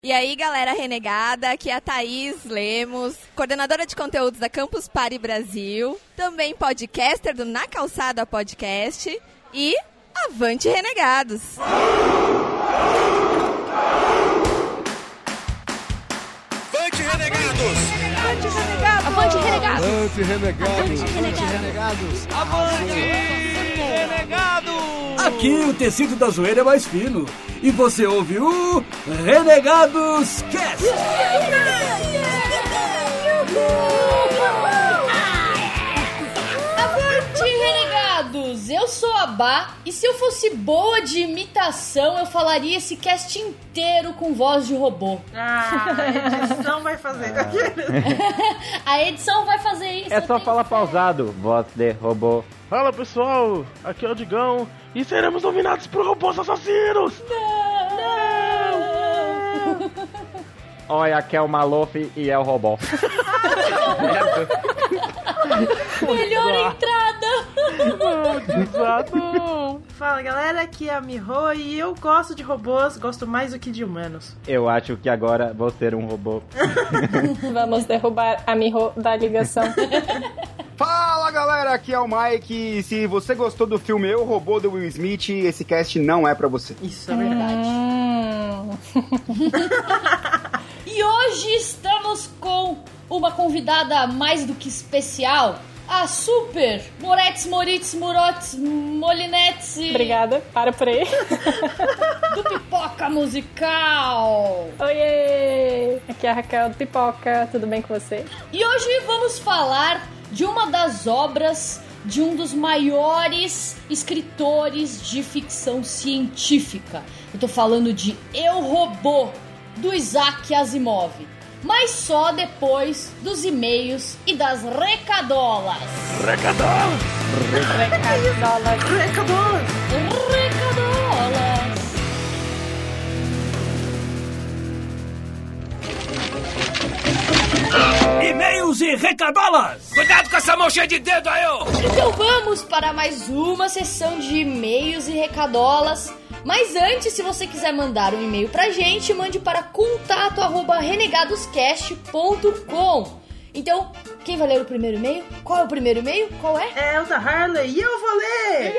E aí, galera renegada, aqui é a Thaís Lemos, coordenadora de conteúdos da Campus Party Brasil, também podcaster do Na Calçada Podcast e Avante Renegados! Avante Renegados! Avante Renegados! Avante Renegados! Avante Renegados! Avante Renegados! Avante Renegados! Aqui o tecido da zoeira é mais fino. E você ouve o Renegados Cast! Avante Renegados! Eu sou a Bá e se eu fosse boa de imitação, eu falaria esse cast inteiro com voz de robô. A edição vai fazer. A edição vai fazer isso. É só falar pausado, voz de robô. Fala pessoal, aqui é o Digão e seremos dominados por robôs assassinos! Olha, aqui é o Maluf e é o robô. Melhor entrada! Exato! Fala galera, aqui é a Miho e eu gosto de robôs, gosto mais do que de humanos. Eu acho que agora vou ser um robô. Vamos derrubar a Miho da ligação. Fala galera, aqui é o Mike e se você gostou do filme Eu, Robô do Will Smith, esse cast não é pra você. Isso é verdade. E hoje estamos com uma convidada mais do que especial, a Super Moritz Murotes Molinetes Obrigada, para por aí. do Pipoca Musical. Oiê! Aqui é a Raquel do Pipoca, tudo bem com você? E hoje vamos falar de uma das obras de um dos maiores escritores de ficção científica. Eu tô falando de Eu, Robô, do Isaac Asimov. Mas só depois dos e-mails e das recadolas. Recadolas! Recadolas! Recadolas! E-mails e recadolas! Cuidado com essa mão cheia de dedo aí, ô! Então vamos para mais uma sessão de e-mails e recadolas. Mas antes, se você quiser mandar um e-mail pra gente, mande para contato@renegadoscast.com. Então, quem vai ler o primeiro e-mail? Qual é o primeiro e-mail? Qual é? É o da Harley e eu vou ler!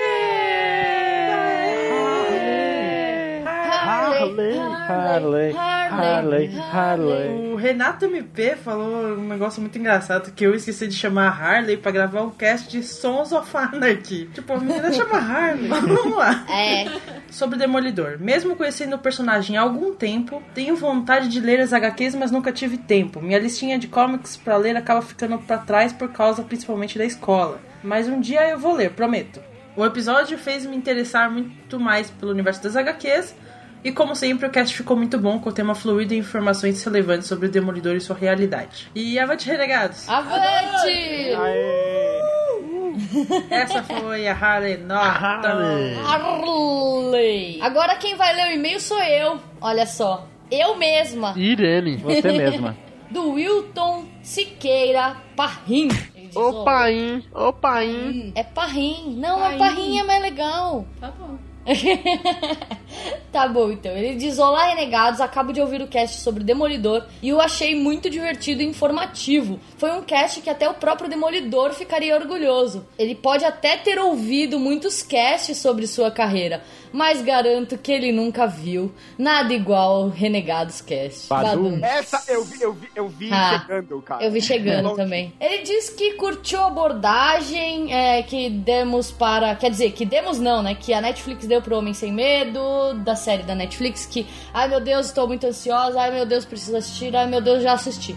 Harley. O Renato MP falou um negócio muito engraçado, que eu esqueci de chamar a Harley pra gravar um cast de Sons of Anarchy. Tipo, a menina chama Harley. Vamos lá. É. Sobre o Demolidor. Mesmo conhecendo o personagem há algum tempo, tenho vontade de ler as HQs, mas nunca tive tempo. Minha listinha de comics pra ler acaba ficando pra trás por causa principalmente da escola. Mas um dia eu vou ler, prometo. O episódio fez me interessar muito mais pelo universo das HQs, e como sempre, o cast ficou muito bom, com o tema fluido e informações relevantes sobre o Demolidor e sua realidade. E avante, renegados! Avante! Essa foi a Harley Norton. Harley! Agora quem vai ler o e-mail sou eu. Olha só. Eu mesma. Irene! Você mesma. Do Wilton Siqueira Parrim. Opaim! É Parrim. Não, é Parrim, é mais legal. Tá bom. Tá bom, então. Ele diz: olá, renegados, acabo de ouvir o cast sobre Demolidor e eu achei muito divertido e informativo. Foi um cast que até o próprio Demolidor ficaria orgulhoso. Ele pode até ter ouvido muitos casts sobre sua carreira, mas garanto que ele nunca viu nada igual ao Renegados Cast. Badum. Essa eu vi chegando, cara. Eu vi chegando também. Ele diz que curtiu a abordagem que demos para... Quer dizer, que demos não, né? Que a Netflix deu pro Homem Sem Medo, da série da Netflix, que... Ai, meu Deus, estou muito ansiosa. Ai, meu Deus, preciso assistir. Ai, meu Deus, já assisti.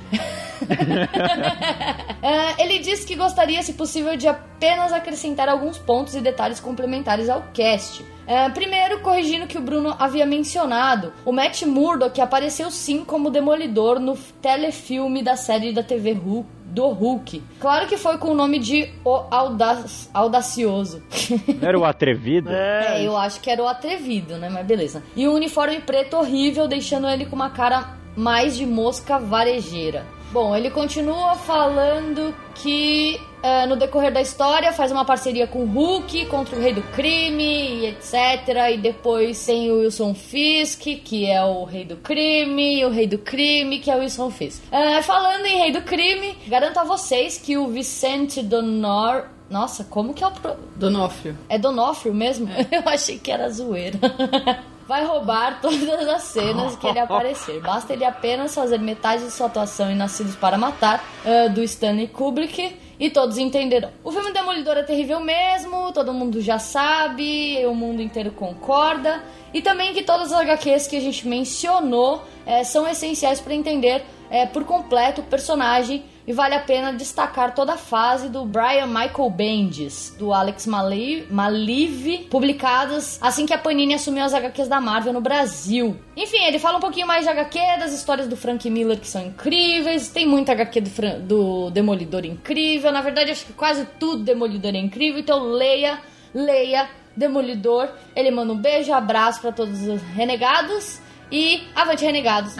Ele diz que gostaria, se possível, de apenas acrescentar alguns pontos e detalhes complementares ao cast. Primeiro, corrigindo o que o Bruno havia mencionado, o Matt Murdock apareceu sim como Demolidor no telefilme da série da TV do Hulk. Claro que foi com o nome de O Audacioso. Não era o Atrevido? Eu acho que era o Atrevido, né? Mas beleza. E um uniforme preto horrível, deixando ele com uma cara mais de mosca varejeira. Bom, ele continua falando que no decorrer da história, faz uma parceria com o Hulk contra o Rei do Crime e etc. E depois tem o Wilson Fisk, que é o Rei do Crime, e o Rei do Crime, que é o Wilson Fisk. Falando em Rei do Crime, garanto a vocês que o Vicente Donor... Nossa, como que é o... Donofrio. É Donofrio mesmo? Eu achei que era zoeira. Vai roubar todas as cenas que ele aparecer. Basta ele apenas fazer metade de sua atuação em Nascidos para Matar, do Stanley Kubrick, e todos entenderão. O filme Demolidor é terrível mesmo, todo mundo já sabe, o mundo inteiro concorda. E também que todas as HQs que a gente mencionou são essenciais para entender por completo o personagem. E vale a pena destacar toda a fase do Brian Michael Bendis, do Alex Maleev, publicadas assim que a Panini assumiu as HQs da Marvel no Brasil. Enfim, ele fala um pouquinho mais de HQ, das histórias do Frank Miller que são incríveis, tem muita HQ do Demolidor incrível, na verdade acho que quase tudo Demolidor é incrível, então leia Demolidor. Ele manda um beijo, abraço pra todos os renegados e avante renegados!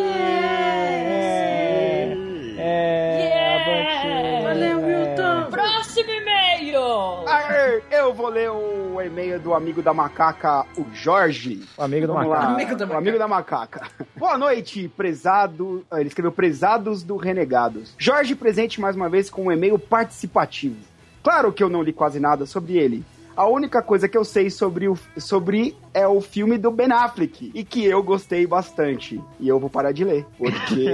Valeu, Milton! Próximo e-mail! Eu vou ler o e-mail do amigo da macaca, o Jorge. O amigo do Vamos macaco. lá. O amigo da macaca. Boa noite, prezado. Ele escreveu Prezados do Renegados. Jorge presente mais uma vez com um e-mail participativo. Claro que eu não li quase nada sobre ele. A única coisa que eu sei sobre é o filme do Ben Affleck, e que eu gostei bastante. E eu vou parar de ler, porque...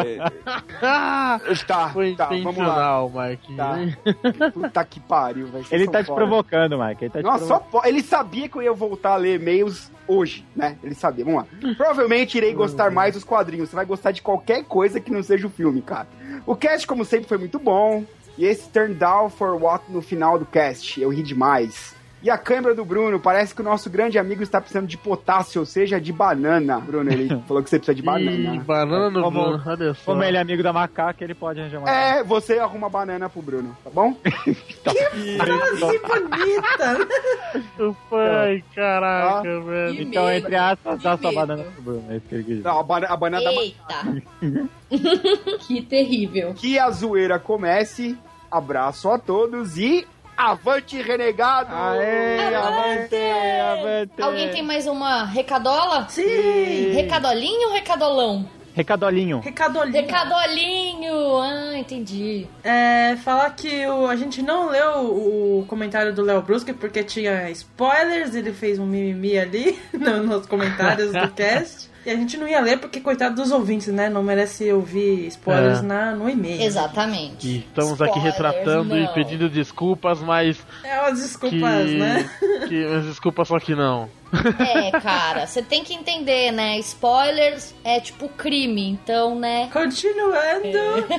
Foi intencional, Mike. Tá. Puta que pariu, velho. Ele tá te provocando, Mike. Ele tá Ele sabia que eu ia voltar a ler e-mails hoje, né? Ele sabia. Vamos lá. Provavelmente irei gostar mais dos quadrinhos. Você vai gostar de qualquer coisa que não seja o filme, cara. O cast, como sempre, foi muito bom. E esse turn down for what no final do cast. Eu ri demais. E a câmera do Bruno, parece que o nosso grande amigo está precisando de potássio, ou seja, de banana. Bruno, ele falou que você precisa de banana. Banana no Bruno, olha só. Como ele é amigo da macaca, ele pode arranjar uma você arruma banana pro Bruno, tá bom? Que frase bonita! Ai, caraca, velho. Então, entre aspas, dá sua banana pro Bruno. É isso que ele quis dizer. Não, a banana Eita! Que terrível. Que a zoeira comece. Abraço a todos e... Avante, renegado! Aê, avante! Alguém tem mais uma recadola? Sim! Recadolinho ou recadolão? Recadolinho. Recadolinho! Ah, entendi. Falar que a gente não leu o comentário do Léo Bruschi porque tinha spoilers, ele fez um mimimi ali nos comentários do cast. E a gente não ia ler porque, coitado dos ouvintes, né? Não merece ouvir spoilers no e-mail. Exatamente. E estamos aqui retratando e pedindo desculpas, mas... umas desculpas, né? Umas desculpas, só que não. Cara, você tem que entender, né? Spoilers é tipo crime, então, né? Continuando.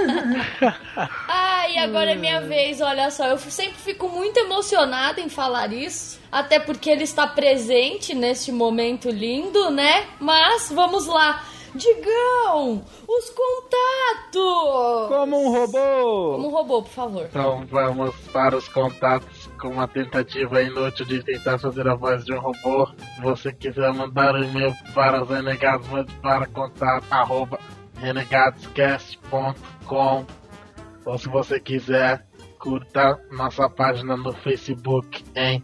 E agora é minha vez, olha só. Eu sempre fico muito emocionada em falar isso. Até porque ele está presente neste momento lindo, né? Mas, vamos lá. Digão, os contatos! Como um robô, por favor. Então vamos para os contatos com uma tentativa inútil de tentar fazer a voz de um robô. Se você quiser mandar um e-mail para os renegados, mande para contato@renegadoscast.com. Ou se você quiser, curta nossa página no Facebook em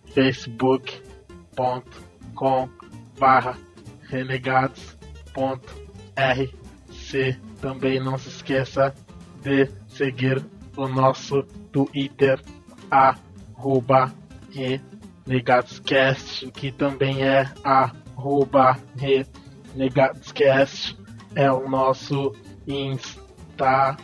facebook.com/renegados.rc. Também não se esqueça de seguir o nosso Twitter @renegadoscast, que também é @renegadoscast. É o nosso Instagram.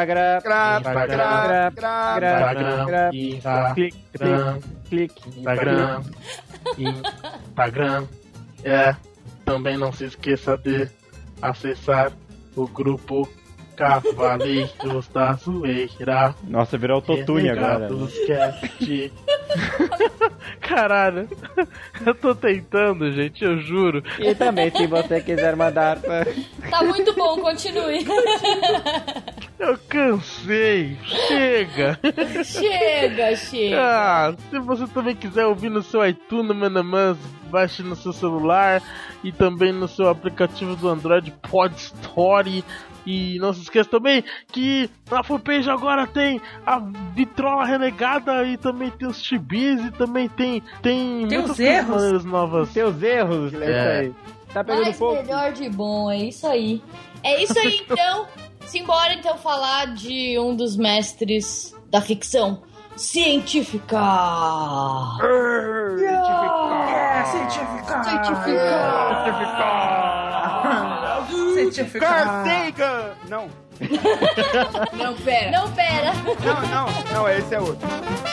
Também não se esqueça de acessar o grupo Cavaleiros da Zoeira. Nossa, virou autotune agora. Caralho, eu tô tentando, gente, eu juro. E também, se você quiser mandar... Tá muito bom, continue. Eu cansei, chega. Chega. Se você também quiser ouvir no seu iTunes, Manamans, baixe no seu celular e também no seu aplicativo do Android Pod Story. E não se esqueça também que na fanpage agora tem a Vitrola Renegada e também tem os chibis e também tem muitas os erros novas. Tem os erros, é isso aí. Tá pegando Mas fogo. melhor de bom, é isso aí. É isso aí, então. Simbora, então, falar de um dos mestres da ficção científica. Científica. Carl Sagan! Não. Não, pera. Não, esse é outro.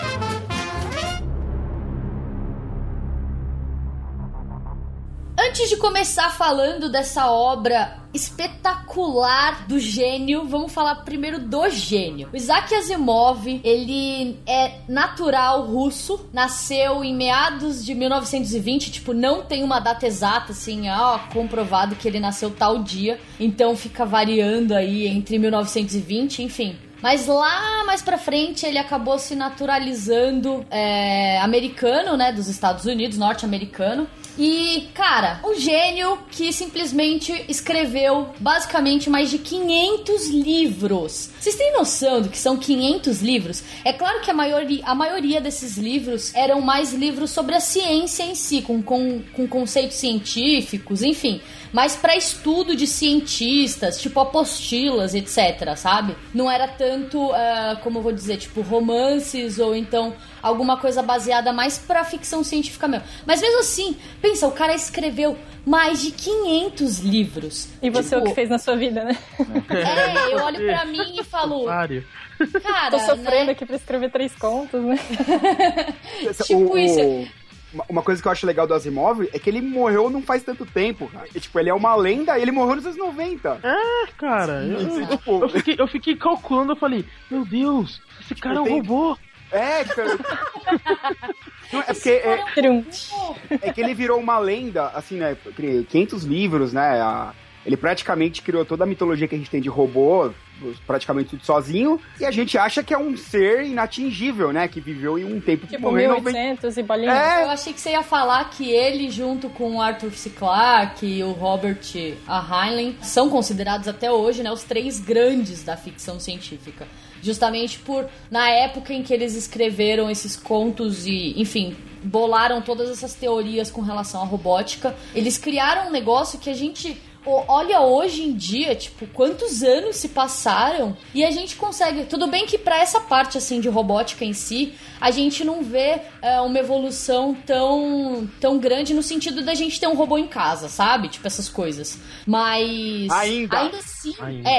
Antes de começar falando dessa obra espetacular do gênio, vamos falar primeiro do gênio. O Isaac Asimov, ele é natural russo, nasceu em meados de 1920, tipo, não tem uma data exata, assim, comprovado que ele nasceu tal dia, então fica variando aí entre 1920, enfim. Mas lá mais pra frente ele acabou se naturalizando americano, né, dos Estados Unidos, norte-americano. E, cara, um gênio que simplesmente escreveu basicamente mais de 500 livros. Vocês têm noção do que são 500 livros? É claro que a maioria desses livros eram mais livros sobre a ciência em si, com conceitos científicos, enfim. Mas para estudo de cientistas, tipo apostilas, etc, sabe? Não era tanto, como eu vou dizer, tipo romances ou então alguma coisa baseada mais pra ficção científica mesmo. Mas mesmo assim, pensa, o cara escreveu mais de 500 livros. E você o que fez na sua vida, né? Eu olho pra mim e falo... Cara, tô sofrendo aqui pra escrever 3 contos, né? Tipo isso... Uma coisa que eu acho legal do Asimov é que ele morreu não faz tanto tempo, cara. E, tipo, ele é uma lenda e ele morreu nos anos 90. Cara, eu fiquei calculando, eu falei, meu Deus, esse cara é um robô. Tipo... Não, é porque é que ele virou uma lenda, assim, né? 500 livros, né? Ele praticamente criou toda a mitologia que a gente tem de robô, praticamente tudo sozinho, e a gente acha que é um ser inatingível, né? Que viveu em um tempo que tipo 1800 e bolinhas. Eu achei que você ia falar que ele, junto com o Arthur C. Clarke e o Robert Heinlein, são considerados até hoje, né, os 3 grandes da ficção científica. Justamente por, na época em que eles escreveram esses contos e, enfim, bolaram todas essas teorias com relação à robótica, eles criaram um negócio que a gente... Olha, hoje em dia, tipo, quantos anos se passaram e a gente consegue... Tudo bem que pra essa parte, assim, de robótica em si, a gente não vê uma evolução tão grande no sentido da gente ter um robô em casa, sabe? Tipo, essas coisas. Mas... Ainda assim...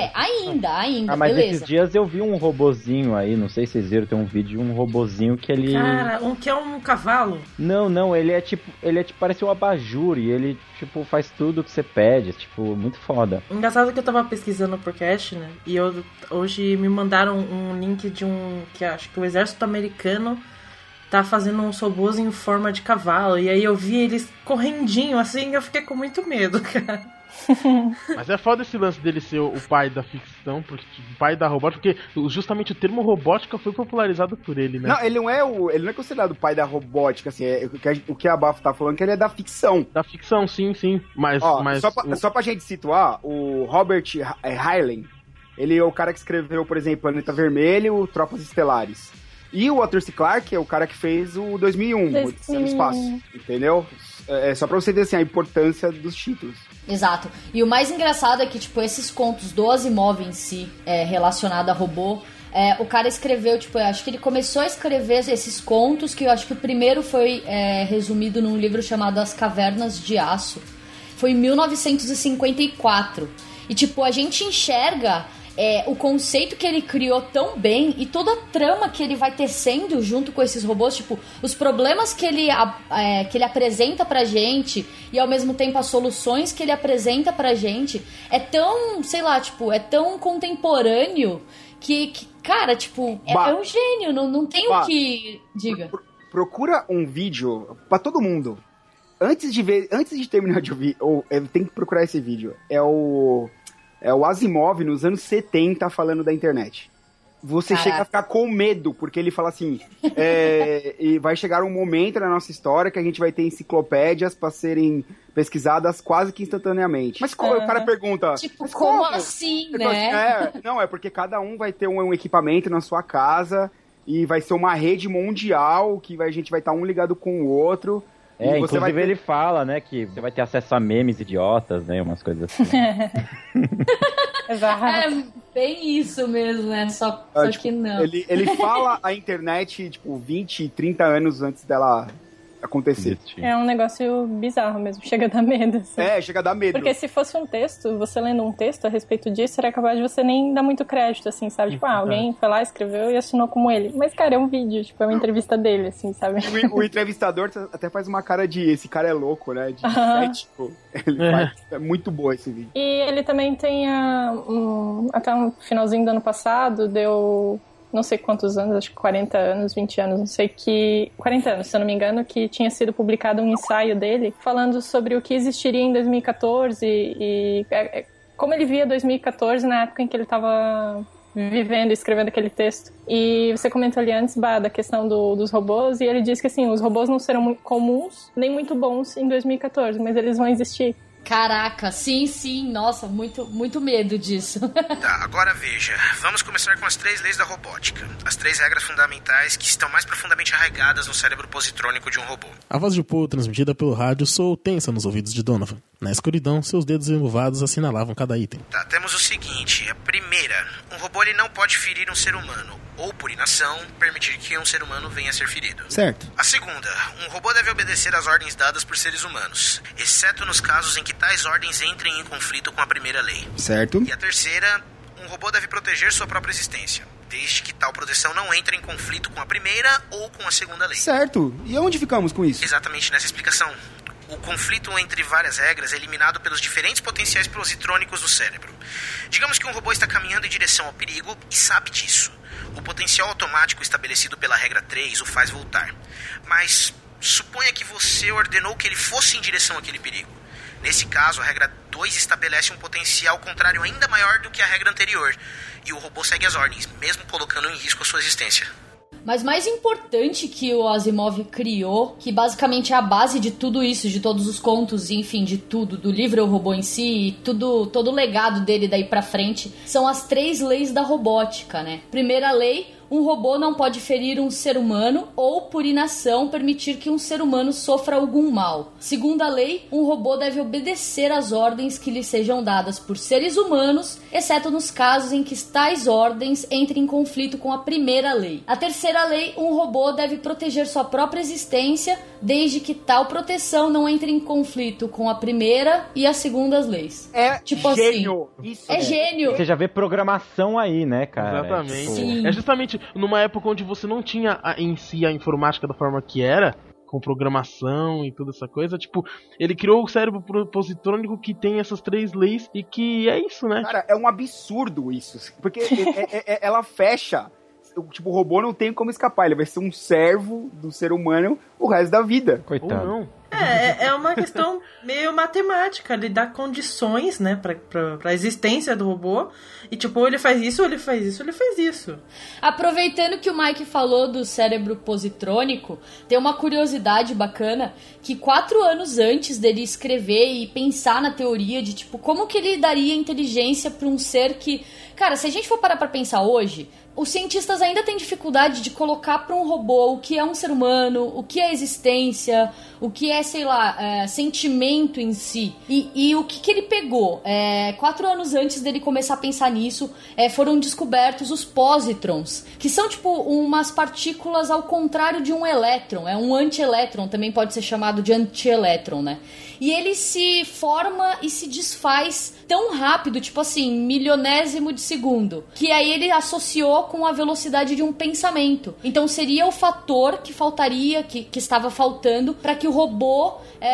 Ainda, mas beleza. esses dias eu vi um robozinho aí, não sei se vocês viram, tem um vídeo de um robozinho que ele... Cara, que é um cavalo? Não, ele é tipo, parece um abajur e ele, tipo, faz tudo que você pede, tipo, muito foda. Engraçado que eu tava pesquisando por cast, né, e hoje me mandaram um link de que acho que o exército americano tá fazendo uns robôs em forma de cavalo, e aí eu vi eles correndinho, assim, e eu fiquei com muito medo, cara. Mas é foda esse lance dele ser o pai da ficção, porque, o pai da robótica, porque justamente o termo robótica foi popularizado por ele, né? Não, ele não é considerado o pai da robótica, assim, o que a Bafo tá falando que ele é da ficção. Da ficção, sim, mas... Só pra gente situar, o Robert Heinlein, ele é o cara que escreveu, por exemplo, Planeta Vermelho, Tropas Estelares. E o Arthur C. Clarke é o cara que fez o 2001, Odisseia no Espaço, entendeu? É só pra você ver, assim, a importância dos títulos. Exato. E o mais engraçado é que, tipo, esses contos do Asimov em si, relacionado a robô, o cara escreveu, tipo, eu acho que ele começou a escrever esses contos, que eu acho que o primeiro foi resumido num livro chamado As Cavernas de Aço. Foi em 1954. E, tipo, a gente enxerga... o conceito que ele criou tão bem e toda a trama que ele vai tecendo junto com esses robôs, tipo, os problemas que ele apresenta pra gente e ao mesmo tempo as soluções que ele apresenta pra gente é tão, sei lá, tipo, é tão contemporâneo que cara, tipo, é um gênio, não tem o que... Diga. Procura um vídeo pra todo mundo. Antes de terminar de ouvir, tem que procurar esse vídeo. É o Asimov nos anos 70 falando da internet. você chega a ficar com medo, porque ele fala assim, e vai chegar um momento na nossa história que a gente vai ter enciclopédias para serem pesquisadas quase que instantaneamente. Mas o cara pergunta... Tipo, como assim, né? Não, é porque cada um vai ter um equipamento na sua casa e vai ser uma rede mundial que a gente vai estar um ligado com o outro. Inclusive ele fala, né, que você vai ter acesso a memes idiotas, né, umas coisas assim. Exato. É bem isso mesmo, né? Só tipo, que não. Ele fala a internet, tipo, 20, 30 anos antes dela acontecer. É um negócio bizarro mesmo, chega a dar medo. Assim. Chega a dar medo. Porque se fosse um texto, você lendo um texto a respeito disso, era capaz de você nem dar muito crédito, assim, sabe? Tipo, alguém foi lá, escreveu e assinou como ele. Mas, cara, é um vídeo, tipo, é uma entrevista dele, assim, sabe? O entrevistador até faz uma cara de, esse cara é louco, né? De cético. É muito bom esse vídeo. E ele também tem até um finalzinho do ano passado, deu... não sei quantos anos, acho que 40 anos, 20 anos, não sei 40 anos, se eu não me engano, que tinha sido publicado um ensaio dele falando sobre o que existiria em 2014 e como ele via 2014 na época em que ele estava vivendo e escrevendo aquele texto. E você comentou ali antes, da questão dos robôs, e ele diz que assim, os robôs não serão muito comuns, nem muito bons em 2014, mas eles vão existir. Caraca, sim, nossa, muito medo disso. Tá, agora veja, vamos começar com as 3 leis da robótica. As 3 regras fundamentais que estão mais profundamente arraigadas no cérebro positrônico de um robô. A voz de Poe, transmitida pelo rádio, soou tensa nos ouvidos de Donovan. Na escuridão, seus dedos enluvados assinalavam cada item. Tá, temos o seguinte, a primeira, um robô ele não pode ferir um ser humano, ou por inação, permitir que um ser humano venha a ser ferido. Certo. A segunda, um robô deve obedecer às ordens dadas por seres humanos, exceto nos casos em que tais ordens entrem em conflito com a primeira lei. Certo. E a terceira, um robô deve proteger sua própria existência, desde que tal proteção não entre em conflito com a primeira ou com a segunda lei. Certo. E onde ficamos com isso? Exatamente nessa explicação. O conflito entre várias regras é eliminado pelos diferentes potenciais positrônicos do cérebro. Digamos que um robô está caminhando em direção ao perigo e sabe disso. O potencial automático estabelecido pela regra 3 o faz voltar. Mas suponha que você ordenou que ele fosse em direção àquele perigo. Nesse caso, a regra 2 estabelece um potencial contrário ainda maior do que a regra anterior. E o robô segue as ordens, mesmo colocando em risco a sua existência. Mas mais importante que o Asimov criou, que basicamente é a base de tudo isso, de todos os contos, enfim, de tudo, do livro O Robô em Si, e todo o legado dele daí pra frente, são as 3 leis da robótica, né? Primeira lei, um robô não pode ferir um ser humano ou, por inação, permitir que um ser humano sofra algum mal. Segunda lei, um robô deve obedecer às ordens que lhe sejam dadas por seres humanos, exceto nos casos em que tais ordens entrem em conflito com a primeira lei. A terceira lei, um robô deve proteger sua própria existência, desde que tal proteção não entre em conflito com a primeira e a segunda leis. É tipo gênio! Assim, isso é gênio! Você já vê programação aí, né, cara? Exatamente. Sim. É justamente numa época onde você não tinha em si a informática da forma que era, com programação e toda essa coisa, tipo, ele criou o cérebro positrônico que tem essas 3 leis e que é isso, né? Cara, é um absurdo isso, porque ela fecha, tipo, o robô não tem como escapar, ele vai ser um servo do ser humano o resto da vida. Coitado. Ou não. É uma questão meio matemática, ele dá condições, né, pra existência do robô, e tipo, ele faz isso, ele faz isso, ele faz isso. Aproveitando que o Mike falou do cérebro positrônico, tem uma curiosidade bacana, que 4 anos antes dele escrever e pensar na teoria de, tipo, como que ele daria inteligência pra um ser que... Cara, se a gente for parar pra pensar hoje, os cientistas ainda têm dificuldade de colocar para um robô o que é um ser humano, o que é existência, o que é, sei lá, sentimento em si. E o que ele pegou? 4 anos antes dele começar a pensar nisso, foram descobertos os pósitrons, que são tipo umas partículas ao contrário de um elétron. É um antielétron, também pode ser chamado de antielétron, né? E ele se forma e se desfaz tão rápido, tipo assim, milionésimo de segundo, que aí ele associou com a velocidade de um pensamento. Então seria o fator que faltaria, que estava faltando, para que o robô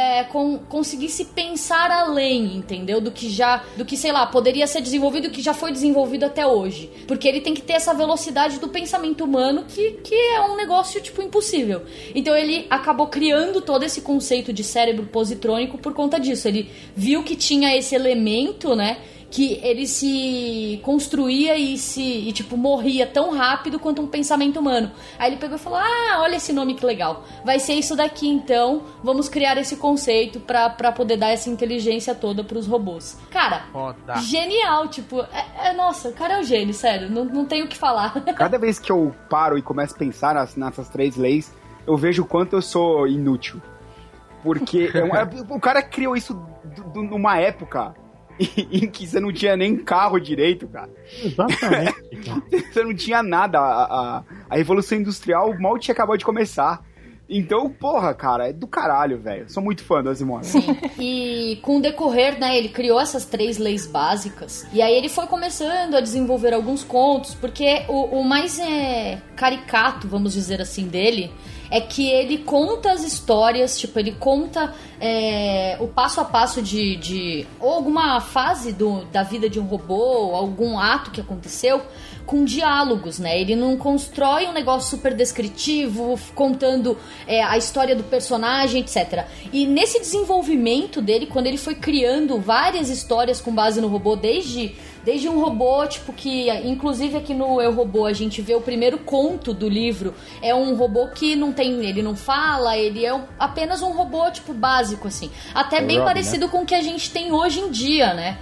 conseguisse pensar além, entendeu? Do que, sei lá, poderia ser desenvolvido, que já foi desenvolvido até hoje. Porque ele tem que ter essa velocidade do pensamento humano, que é um negócio, tipo, impossível. Então ele acabou criando todo esse conceito de cérebro positrônico por conta disso. Ele viu que tinha esse elemento, né? que ele se construía e tipo, morria tão rápido quanto um pensamento humano. Aí ele pegou e falou, olha esse nome que legal, vai ser isso daqui então, vamos criar esse conceito pra poder dar essa inteligência toda pros robôs. Cara, genial, tipo, nossa, o cara é um gênio, sério, não tenho o que falar. Cada vez que eu paro e começo a pensar nessas 3 leis, eu vejo o quanto eu sou inútil. Porque o cara criou isso numa época em que você não tinha nem carro direito, cara. Exatamente. Você não tinha nada. A Revolução Industrial mal tinha acabado de começar. Então, porra, cara, é do caralho, velho. Sou muito fã do Asimov. Sim, e com o decorrer, né, ele criou essas 3 leis básicas, e aí ele foi começando a desenvolver alguns contos, porque o mais caricato, vamos dizer assim, dele, é que ele conta as histórias, tipo, ele conta o passo a passo de ou alguma fase da vida de um robô, algum ato que aconteceu, com diálogos, né? Ele não constrói um negócio super descritivo, contando a história do personagem, etc. E nesse desenvolvimento dele, quando ele foi criando várias histórias com base no robô, desde um robô, tipo, que inclusive aqui no Eu, Robô a gente vê o primeiro conto do livro, é um robô que ele não fala, ele é apenas um robô, tipo, básico, assim. Até bem parecido com o que a gente tem hoje em dia, né?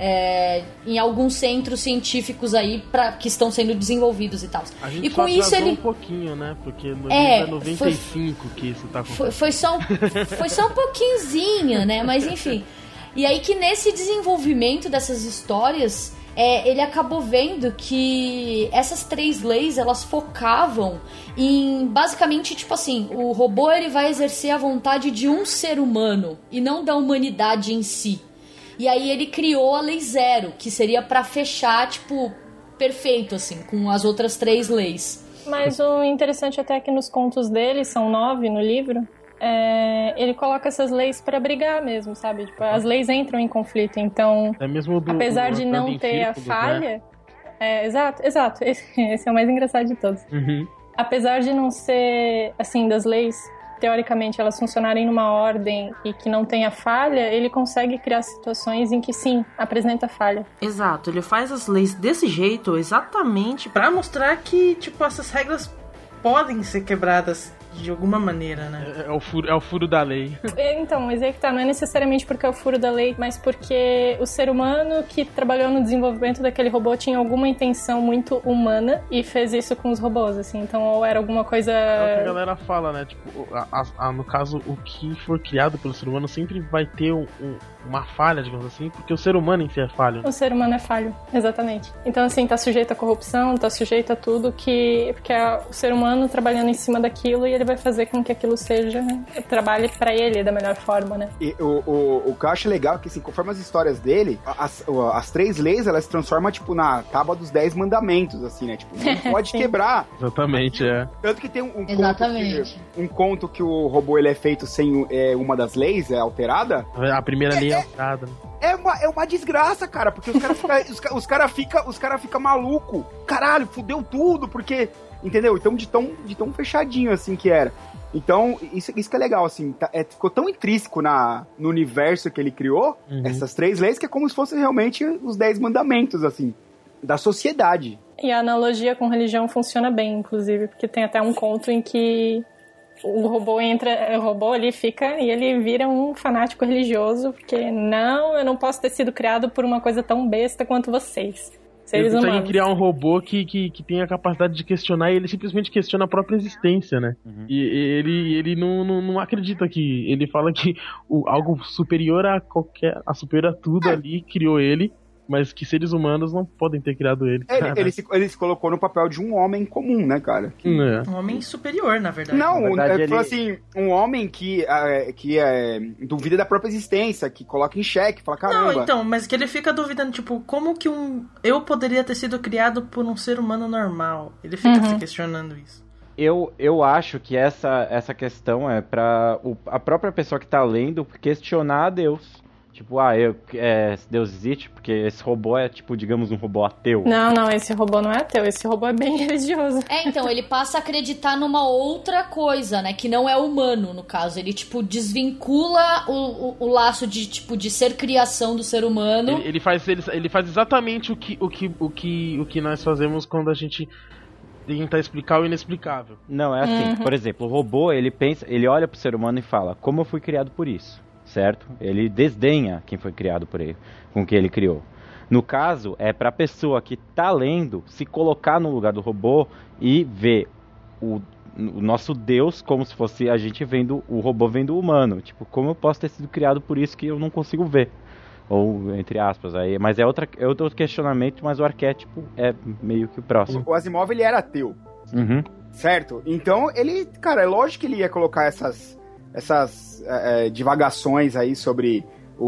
Em alguns centros científicos aí que estão sendo desenvolvidos e tal. A gente e com isso ele um pouquinho, né? Porque no livro é 95 que isso tá acontecendo. Foi só um pouquinhozinho, né? Mas enfim. E aí que nesse desenvolvimento dessas histórias, ele acabou vendo que essas 3 leis, elas focavam em, basicamente, tipo assim, o robô ele vai exercer a vontade de um ser humano e não da humanidade em si. E aí ele criou a Lei Zero, que seria pra fechar, tipo, perfeito, assim, com as outras 3 leis. Mas o interessante até é que nos contos dele, são 9 no livro, ele coloca essas leis pra brigar mesmo, sabe? Tipo, as leis entram em conflito, então, mesmo apesar de não ter a falha... Né? Exato, esse é o mais engraçado de todos. Uhum. Apesar de não ser, assim, das leis... teoricamente elas funcionarem numa ordem e que não tenha falha, ele consegue criar situações em que sim, apresenta falha. Exato, ele faz as leis desse jeito exatamente pra mostrar que, tipo, essas regras podem ser quebradas de alguma maneira, né? É o furo da lei. Então, mas aí que tá, não é necessariamente porque é o furo da lei, mas porque o ser humano que trabalhou no desenvolvimento daquele robô tinha alguma intenção muito humana e fez isso com os robôs, assim, então ou era alguma coisa... É o que a galera fala, né? Tipo, no caso, o que for criado pelo ser humano sempre vai ter uma falha, digamos assim, porque o ser humano em si é falho. O ser humano é falho, exatamente. Então, assim, tá sujeito à corrupção, tá sujeito a tudo porque é o ser humano trabalhando em cima daquilo e ele vai fazer com que aquilo trabalhe pra ele da melhor forma, né? E o que eu acho legal é que, assim, conforme as histórias dele, as 3 leis, elas se transformam, tipo, na tábua dos 10 mandamentos, assim, né? Tipo, não pode quebrar. Exatamente, Tanto que tem um conto que o robô, ele é feito sem uma das leis, alterada. A primeira lei é alterada. É uma desgraça, cara, porque os cara fica maluco. Caralho, fudeu tudo, porque... Entendeu? Então, de tão fechadinho, assim, que era. Então, isso que é legal, assim. Ficou tão intrínseco no universo que ele criou, essas 3 leis, que é como se fossem realmente os 10 mandamentos, assim, da sociedade. E a analogia com religião funciona bem, inclusive, porque tem até um conto em que o robô ali fica e ele vira um fanático religioso, porque eu não posso ter sido criado por uma coisa tão besta quanto vocês. Eles conseguem criar um robô que tem a capacidade de questionar, e ele simplesmente questiona a própria existência, né? E ele não acredita que... Ele fala que algo superior superior a tudo ali criou ele, mas que seres humanos não podem ter criado ele. Ele se colocou no papel de um homem comum, né, cara? Um homem superior, na verdade. Não, na verdade, falou assim, um homem que duvida da própria existência, que coloca em xeque, fala, caramba... Não, então, mas que ele fica duvidando, tipo, como que eu poderia ter sido criado por um ser humano normal? Ele fica se questionando isso. Eu acho que essa questão é pra a própria pessoa que tá lendo questionar a Deus. tipo, Deus existe, porque esse robô é, tipo, digamos, um robô ateu. Não, esse robô não é ateu, esse robô é bem religioso. Então, ele passa a acreditar numa outra coisa, né, que não é humano, no caso. Ele, tipo, desvincula o laço de ser criação do ser humano. Ele faz exatamente o que nós fazemos quando a gente tenta explicar o inexplicável. Não, é assim, por exemplo, o robô, ele olha pro ser humano e fala, como eu fui criado por isso, certo? Ele desdenha quem foi criado por ele, com quem ele criou. No caso, é pra pessoa que tá lendo se colocar no lugar do robô e ver o nosso Deus como se fosse a gente vendo o robô vendo o humano. Tipo, como eu posso ter sido criado por isso que eu não consigo ver? Ou, entre aspas, aí, mas é outro questionamento, mas o arquétipo é meio que o próximo. O Asimov, ele era ateu, certo? Então, ele, cara, é lógico que ele ia colocar essas divagações aí sobre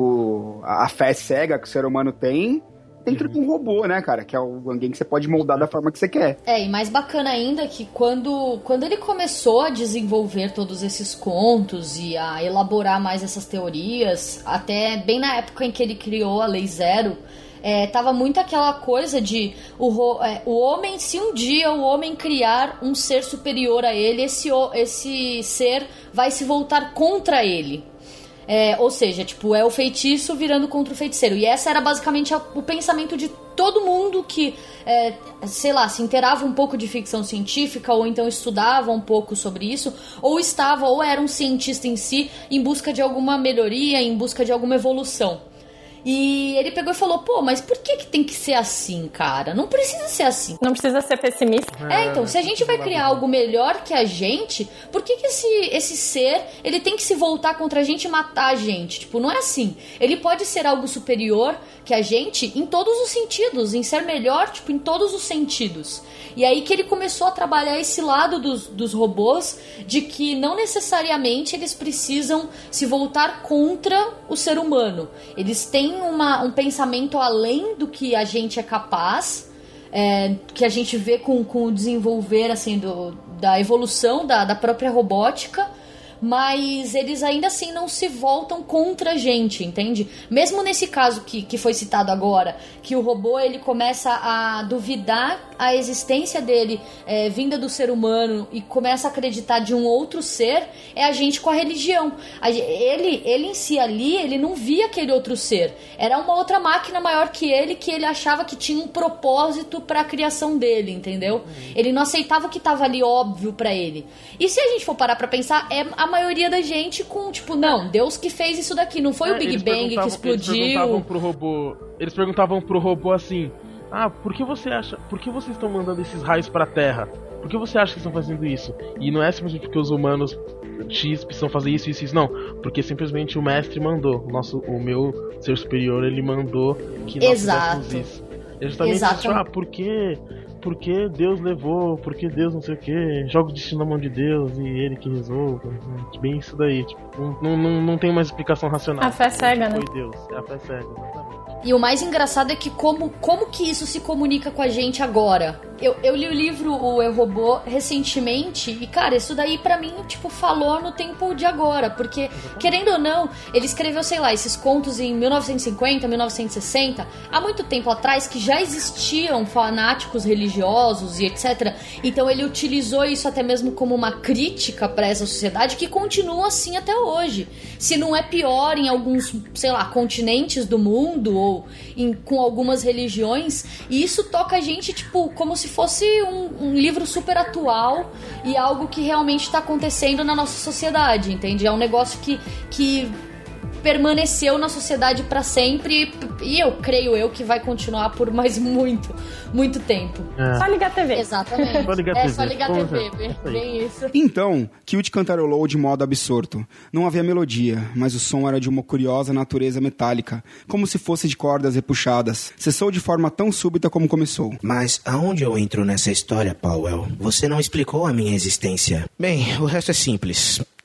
a fé cega que o ser humano tem dentro de um robô, né, cara? Que é alguém que você pode moldar da forma que você quer. E mais bacana ainda que quando ele começou a desenvolver todos esses contos e a elaborar mais essas teorias, até bem na época em que ele criou a Lei Zero, tava muito aquela coisa de o homem, se um dia o homem criar um ser superior a ele, esse ser vai se voltar contra ele. Ou seja, tipo, é o feitiço virando contra o feiticeiro. E essa era basicamente o pensamento de todo mundo que, sei lá, se inteirava um pouco de ficção científica, ou então estudava um pouco sobre isso, ou era um cientista em si, em busca de alguma melhoria, em busca de alguma evolução. E ele pegou e falou, pô, mas por que tem que ser assim, cara? Não precisa ser assim. Não precisa ser pessimista. Então, se a gente vai criar algo melhor que a gente, por que esse ser, ele tem que se voltar contra a gente e matar a gente? Tipo, não é assim. Ele pode ser algo superior que a gente em todos os sentidos, em ser melhor, tipo, em todos os sentidos. E aí que ele começou a trabalhar esse lado dos robôs, de que não necessariamente eles precisam se voltar contra o ser humano. Eles têm um pensamento além do que a gente é capaz, que a gente vê com o desenvolver assim, da evolução da própria robótica, mas eles ainda assim não se voltam contra a gente, entende? Mesmo nesse caso que foi citado agora, que o robô ele começa a duvidar a existência dele vinda do ser humano e começa a acreditar de um outro ser, é a gente com a religião. Ele em si ali, ele não via aquele outro ser. Era uma outra máquina maior que ele achava que tinha um propósito para a criação dele, entendeu? Ele não aceitava o que estava ali óbvio para ele. E se a gente for parar pra pensar, a maioria da gente com, tipo, não, Deus que fez isso daqui, não foi o Big Bang que explodiu. Eles perguntavam pro robô assim, por que vocês estão mandando esses raios pra Terra? Por que você acha que estão fazendo isso? E não é simplesmente porque os humanos X precisam fazer isso, não. Porque simplesmente o mestre mandou. O meu ser superior, ele mandou que nós fizéssemos isso. É justamente isso, porque Deus levou, porque Deus não sei o que, joga o destino na mão de Deus e ele que resolve. Bem isso daí, tipo, não tem mais explicação racional. A fé cega, né? Foi Deus, é a fé cega, exatamente. E o mais engraçado é que como que isso se comunica com a gente agora? Eu li o livro O Eu, Robô recentemente e, cara, isso daí pra mim, tipo, falou no tempo de agora, porque, querendo ou não, ele escreveu, sei lá, esses contos em 1950, 1960, há muito tempo atrás, que já existiam fanáticos religiosos e etc. Então ele utilizou isso até mesmo como uma crítica pra essa sociedade que continua assim até hoje. Se não é pior em alguns, sei lá, continentes do mundo ou com algumas religiões, e isso toca a gente, tipo, como se fosse um livro super atual e algo que realmente está acontecendo na nossa sociedade, entende? É um negócio que permaneceu na sociedade para sempre e eu creio que vai continuar por mais muito, muito tempo. Só ligar a TV. Exatamente. Só ligar a TV. Bem isso. Então, Kilt cantarolou de modo absorto. Não havia melodia, mas o som era de uma curiosa natureza metálica, como se fosse de cordas repuxadas. Cessou de forma tão súbita como começou. Mas aonde eu entro nessa história, Powell? Você não explicou a minha existência. Bem, o resto é simples.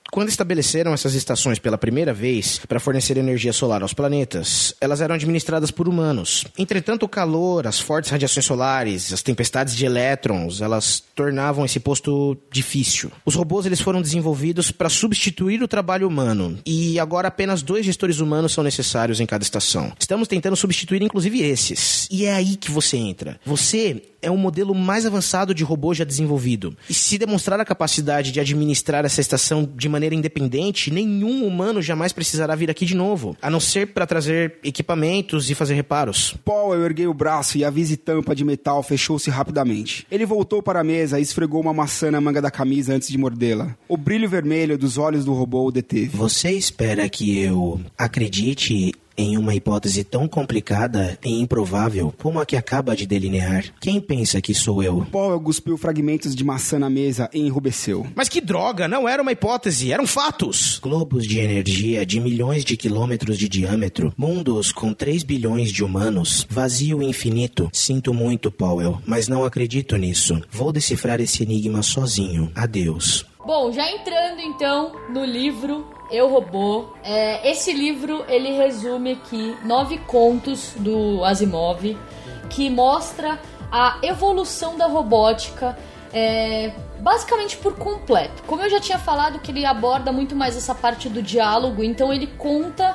Quando estabeleceram essas estações pela primeira vez para fornecer energia solar aos planetas, elas eram administradas por humanos. Entretanto, o calor, as fortes radiações solares, as tempestades de elétrons, elas tornavam esse posto difícil. Os robôs eles foram desenvolvidos para substituir o trabalho humano e agora apenas 2 gestores humanos são necessários em cada estação. Estamos tentando substituir inclusive esses. E é aí que você entra. Você é o modelo mais avançado de robô já desenvolvido. E se demonstrar a capacidade de administrar essa estação de maneira independente, nenhum humano jamais precisará vir aqui de novo, a não ser para trazer equipamentos e fazer reparos. Paul, eu erguei o braço e a vise-tampa de metal fechou-se rapidamente. Ele voltou para a mesa e esfregou uma maçã na manga da camisa antes de mordê-la. O brilho vermelho dos olhos do robô o deteve. Você espera que eu acredite em uma hipótese tão complicada e improvável como a que acaba de delinear? Quem pensa que sou eu? Paul cuspiu fragmentos de maçã na mesa e enrubesceu. Mas que droga! Não era uma hipótese, eram fatos! Globos de energia de milhões de quilômetros de diâmetro, mundos com 3 bilhões de humanos, vazio infinito. Sinto muito, Powell, mas não acredito nisso. Vou decifrar esse enigma sozinho. Adeus. Bom, já entrando então no livro Eu, Robô, esse livro ele resume aqui 9 contos do Asimov que mostra a evolução da robótica basicamente por completo. Como eu já tinha falado, que ele aborda muito mais essa parte do diálogo, então ele conta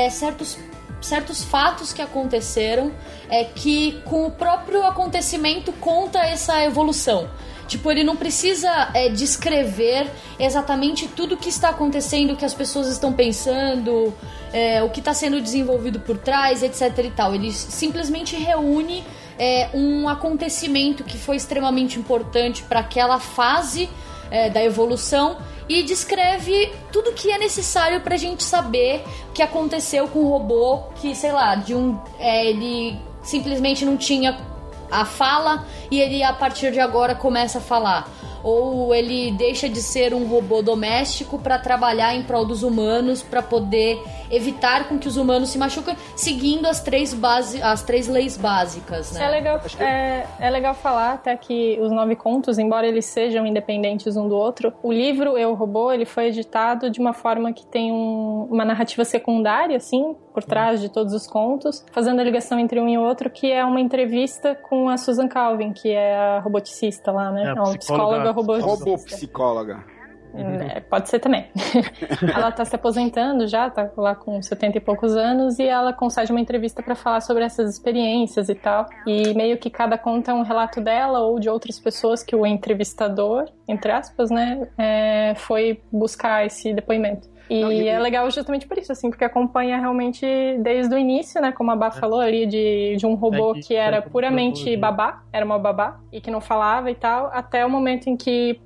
certos fatos que aconteceram que com o próprio acontecimento conta essa evolução. Tipo, ele não precisa descrever exatamente tudo o que está acontecendo, o que as pessoas estão pensando, o que está sendo desenvolvido por trás, etc e tal. Ele simplesmente reúne um acontecimento que foi extremamente importante para aquela fase da evolução e descreve tudo o que é necessário pra gente saber o que aconteceu com o robô, que, sei lá, ele simplesmente não tinha a fala e ele a partir de agora começa a falar. Ou ele deixa de ser um robô doméstico para trabalhar em prol dos humanos, para poder evitar com que os humanos se machuquem, seguindo as três leis básicas, né? É legal falar até que os 9 contos, embora eles sejam independentes um do outro, o livro Eu, Robô, ele foi editado de uma forma que tem uma narrativa secundária, assim, por trás de todos os contos, fazendo a ligação entre um e outro, que é uma entrevista com a Susan Calvin, que é a roboticista lá, né? É uma psicóloga robopsicóloga. Pode ser também. Ela tá se aposentando já, tá lá com 70 e poucos anos, e ela concede uma entrevista pra falar sobre essas experiências e tal. E meio que cada conta é um relato dela ou de outras pessoas que o entrevistador, entre aspas, né, foi buscar esse depoimento. E é legal justamente por isso, assim, porque acompanha realmente desde o início, né, como a Bá falou ali, de um robô que era puramente babá, era uma babá, e que não falava e tal, até o momento em que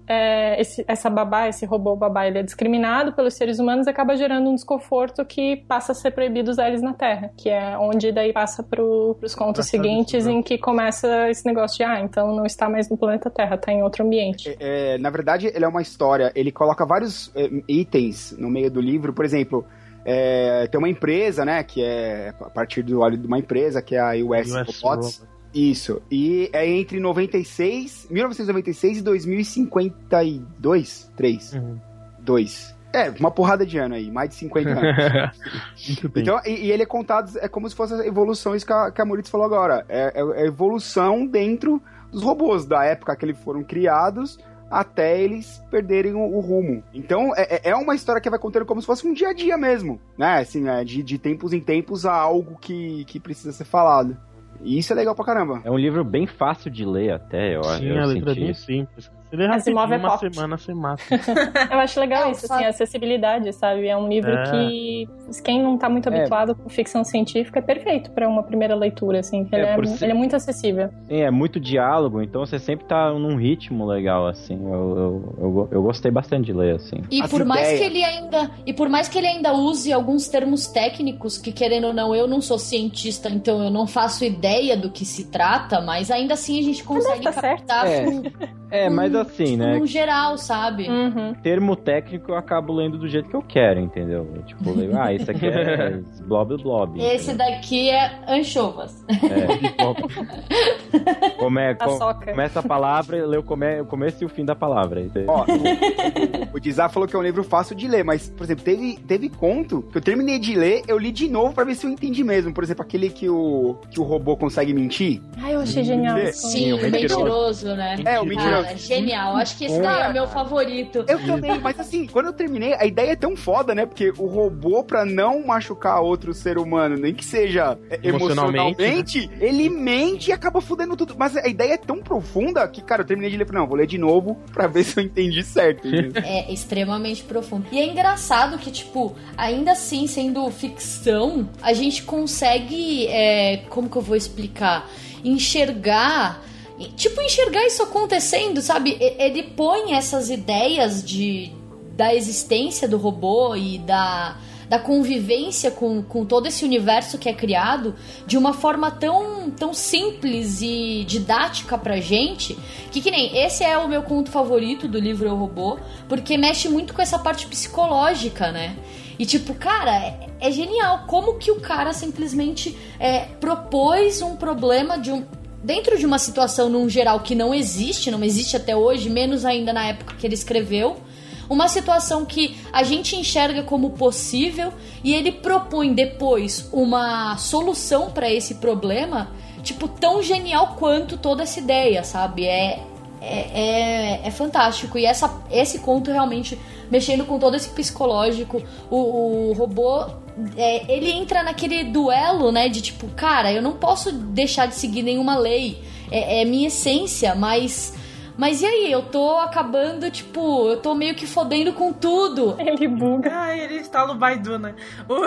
esse robô babá, ele é discriminado pelos seres humanos e acaba gerando um desconforto que passa a ser proibido usar eles na Terra, que é onde daí passa pros contos seguintes, em que começa esse negócio de, então não está mais no planeta Terra, está em outro ambiente. Na verdade, ele é uma história, ele coloca vários itens no meio do livro, por exemplo, tem uma empresa, né, que é a partir de uma empresa, que é a US Robots. Isso, e é entre 1996 e 2052, 2. Uma porrada de ano aí, mais de 50 anos. Então, e ele é contado, é como se fosse a evolução, isso que a Maurício falou agora, é a evolução dentro dos robôs, da época que eles foram criados até eles perderem o rumo. Então, é uma história que vai contando como se fosse um dia a dia mesmo, né? Assim, de tempos em tempos há algo que precisa ser falado. E isso é legal pra caramba. É um livro bem fácil de ler até, eu acho. Sim, a letra é bem simples. Você lê rapidinho, uma semana você mata. Eu acho legal isso, assim, a acessibilidade, sabe? É um livro que quem não tá muito habituado com ficção científica é perfeito pra uma primeira leitura, assim. Ele é muito acessível. É muito diálogo, então você sempre tá num ritmo legal, assim. Eu gostei bastante de ler, assim. E por mais que ele ainda use alguns termos técnicos, que querendo ou não, eu não sou cientista, então eu não faço ideia do que se trata, mas ainda assim a gente consegue captar mas assim, né? No geral, sabe? Termo técnico eu acabo lendo do jeito que eu quero, entendeu? Tipo, isso aqui é blob. Esse daqui é anchovas. Começa a palavra, lê o começo e o fim da palavra. Ó, o Dizar falou que é um livro fácil de ler, mas, por exemplo, teve conto que eu terminei de ler, eu li de novo pra ver se eu entendi mesmo. Por exemplo, aquele que o robô consegue mentir. Ai, eu achei genial. Sim, o mentiroso, né? O mentiroso. Cara, genial. Acho que esse daí é o meu favorito. Eu também, mas assim, quando eu terminei, a ideia é tão foda, né? Porque o robô, pra não machucar outro ser humano, nem que seja emocionalmente, né? Ele mente e acaba fudendo tudo. Mas a ideia é tão profunda que, cara, eu terminei de ler e falei, não, vou ler de novo pra ver se eu entendi certo. É extremamente profundo. E é engraçado que, tipo, ainda assim, sendo ficção, a gente consegue, como que eu vou explicar? Enxergar isso acontecendo, sabe? Ele põe essas ideias da existência do robô e da convivência com todo esse universo que é criado de uma forma tão simples e didática pra gente, que nem esse é o meu conto favorito do livro Eu, Robô, porque mexe muito com essa parte psicológica, né? E tipo, cara, é genial como que o cara simplesmente propôs um problema dentro de uma situação num geral que não existe até hoje, menos ainda na época que ele escreveu, uma situação que a gente enxerga como possível e ele propõe depois uma solução para esse problema, tipo, tão genial quanto toda essa ideia, sabe? É fantástico. E esse conto realmente mexendo com todo esse psicológico, o robô, ele entra naquele duelo, né, de tipo, cara, eu não posso deixar de seguir nenhuma lei, é minha essência, mas e aí, eu tô acabando, tipo, eu tô meio que fodendo com tudo. Ele buga. Ah, ele instala o Baidu, né?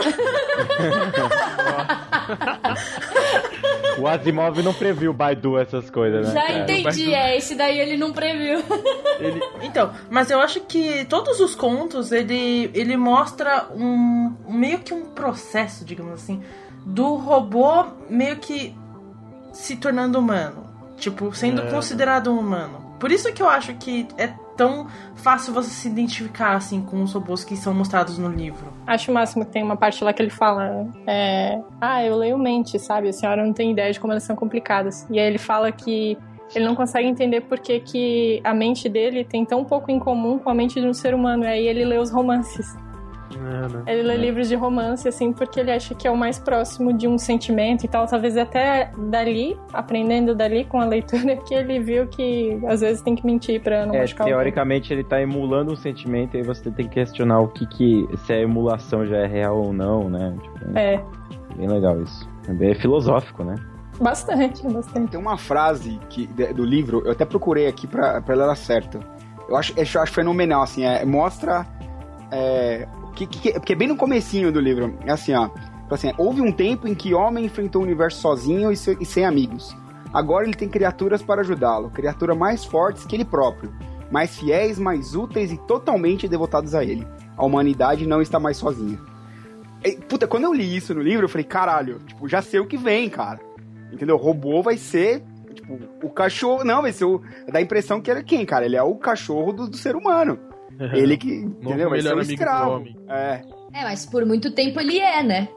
O Asimov não previu o Baidu, essas coisas, né? Já entendi, esse daí ele não previu. Então, mas eu acho que todos os contos, ele mostra meio que um processo, digamos assim, do robô meio que se tornando humano. Tipo, sendo considerado um humano. Por isso que eu acho que é tão fácil você se identificar, assim, com os robôs que são mostrados no livro. Acho o máximo que tem uma parte lá que ele fala eu leio mente, sabe? A senhora não tem ideia de como elas são complicadas. E aí ele fala que ele não consegue entender por que a mente dele tem tão pouco em comum com a mente de um ser humano. E aí ele lê os romances. Ele lê livros de romance, assim, porque ele acha que é o mais próximo de um sentimento e tal. Talvez até dali, aprendendo dali com a leitura, que ele viu que às vezes tem que mentir pra não machucar o teoricamente ele tá emulando um sentimento e aí você tem que questionar se a emulação já é real ou não, né? Tipo, bem legal isso. É bem filosófico, né? Bastante. Tem uma frase do livro, eu até procurei aqui pra ela dar certo. Eu acho fenomenal, assim, mostra... porque é bem no comecinho do livro. É assim, ó. Houve um tempo em que o homem enfrentou o universo sozinho e sem amigos. Agora ele tem criaturas para ajudá-lo. Criaturas mais fortes que ele próprio. Mais fiéis, mais úteis e totalmente devotados a ele. A humanidade não está mais sozinha. Quando eu li isso no livro, eu falei, caralho, tipo, já sei o que vem, cara. Entendeu? O robô vai ser... Tipo, o cachorro... Não, vai ser dá a impressão que ele é quem, cara? Ele é o cachorro do ser humano. Ele que, entendeu? Vai ser um escravo. Mas por muito tempo ele né?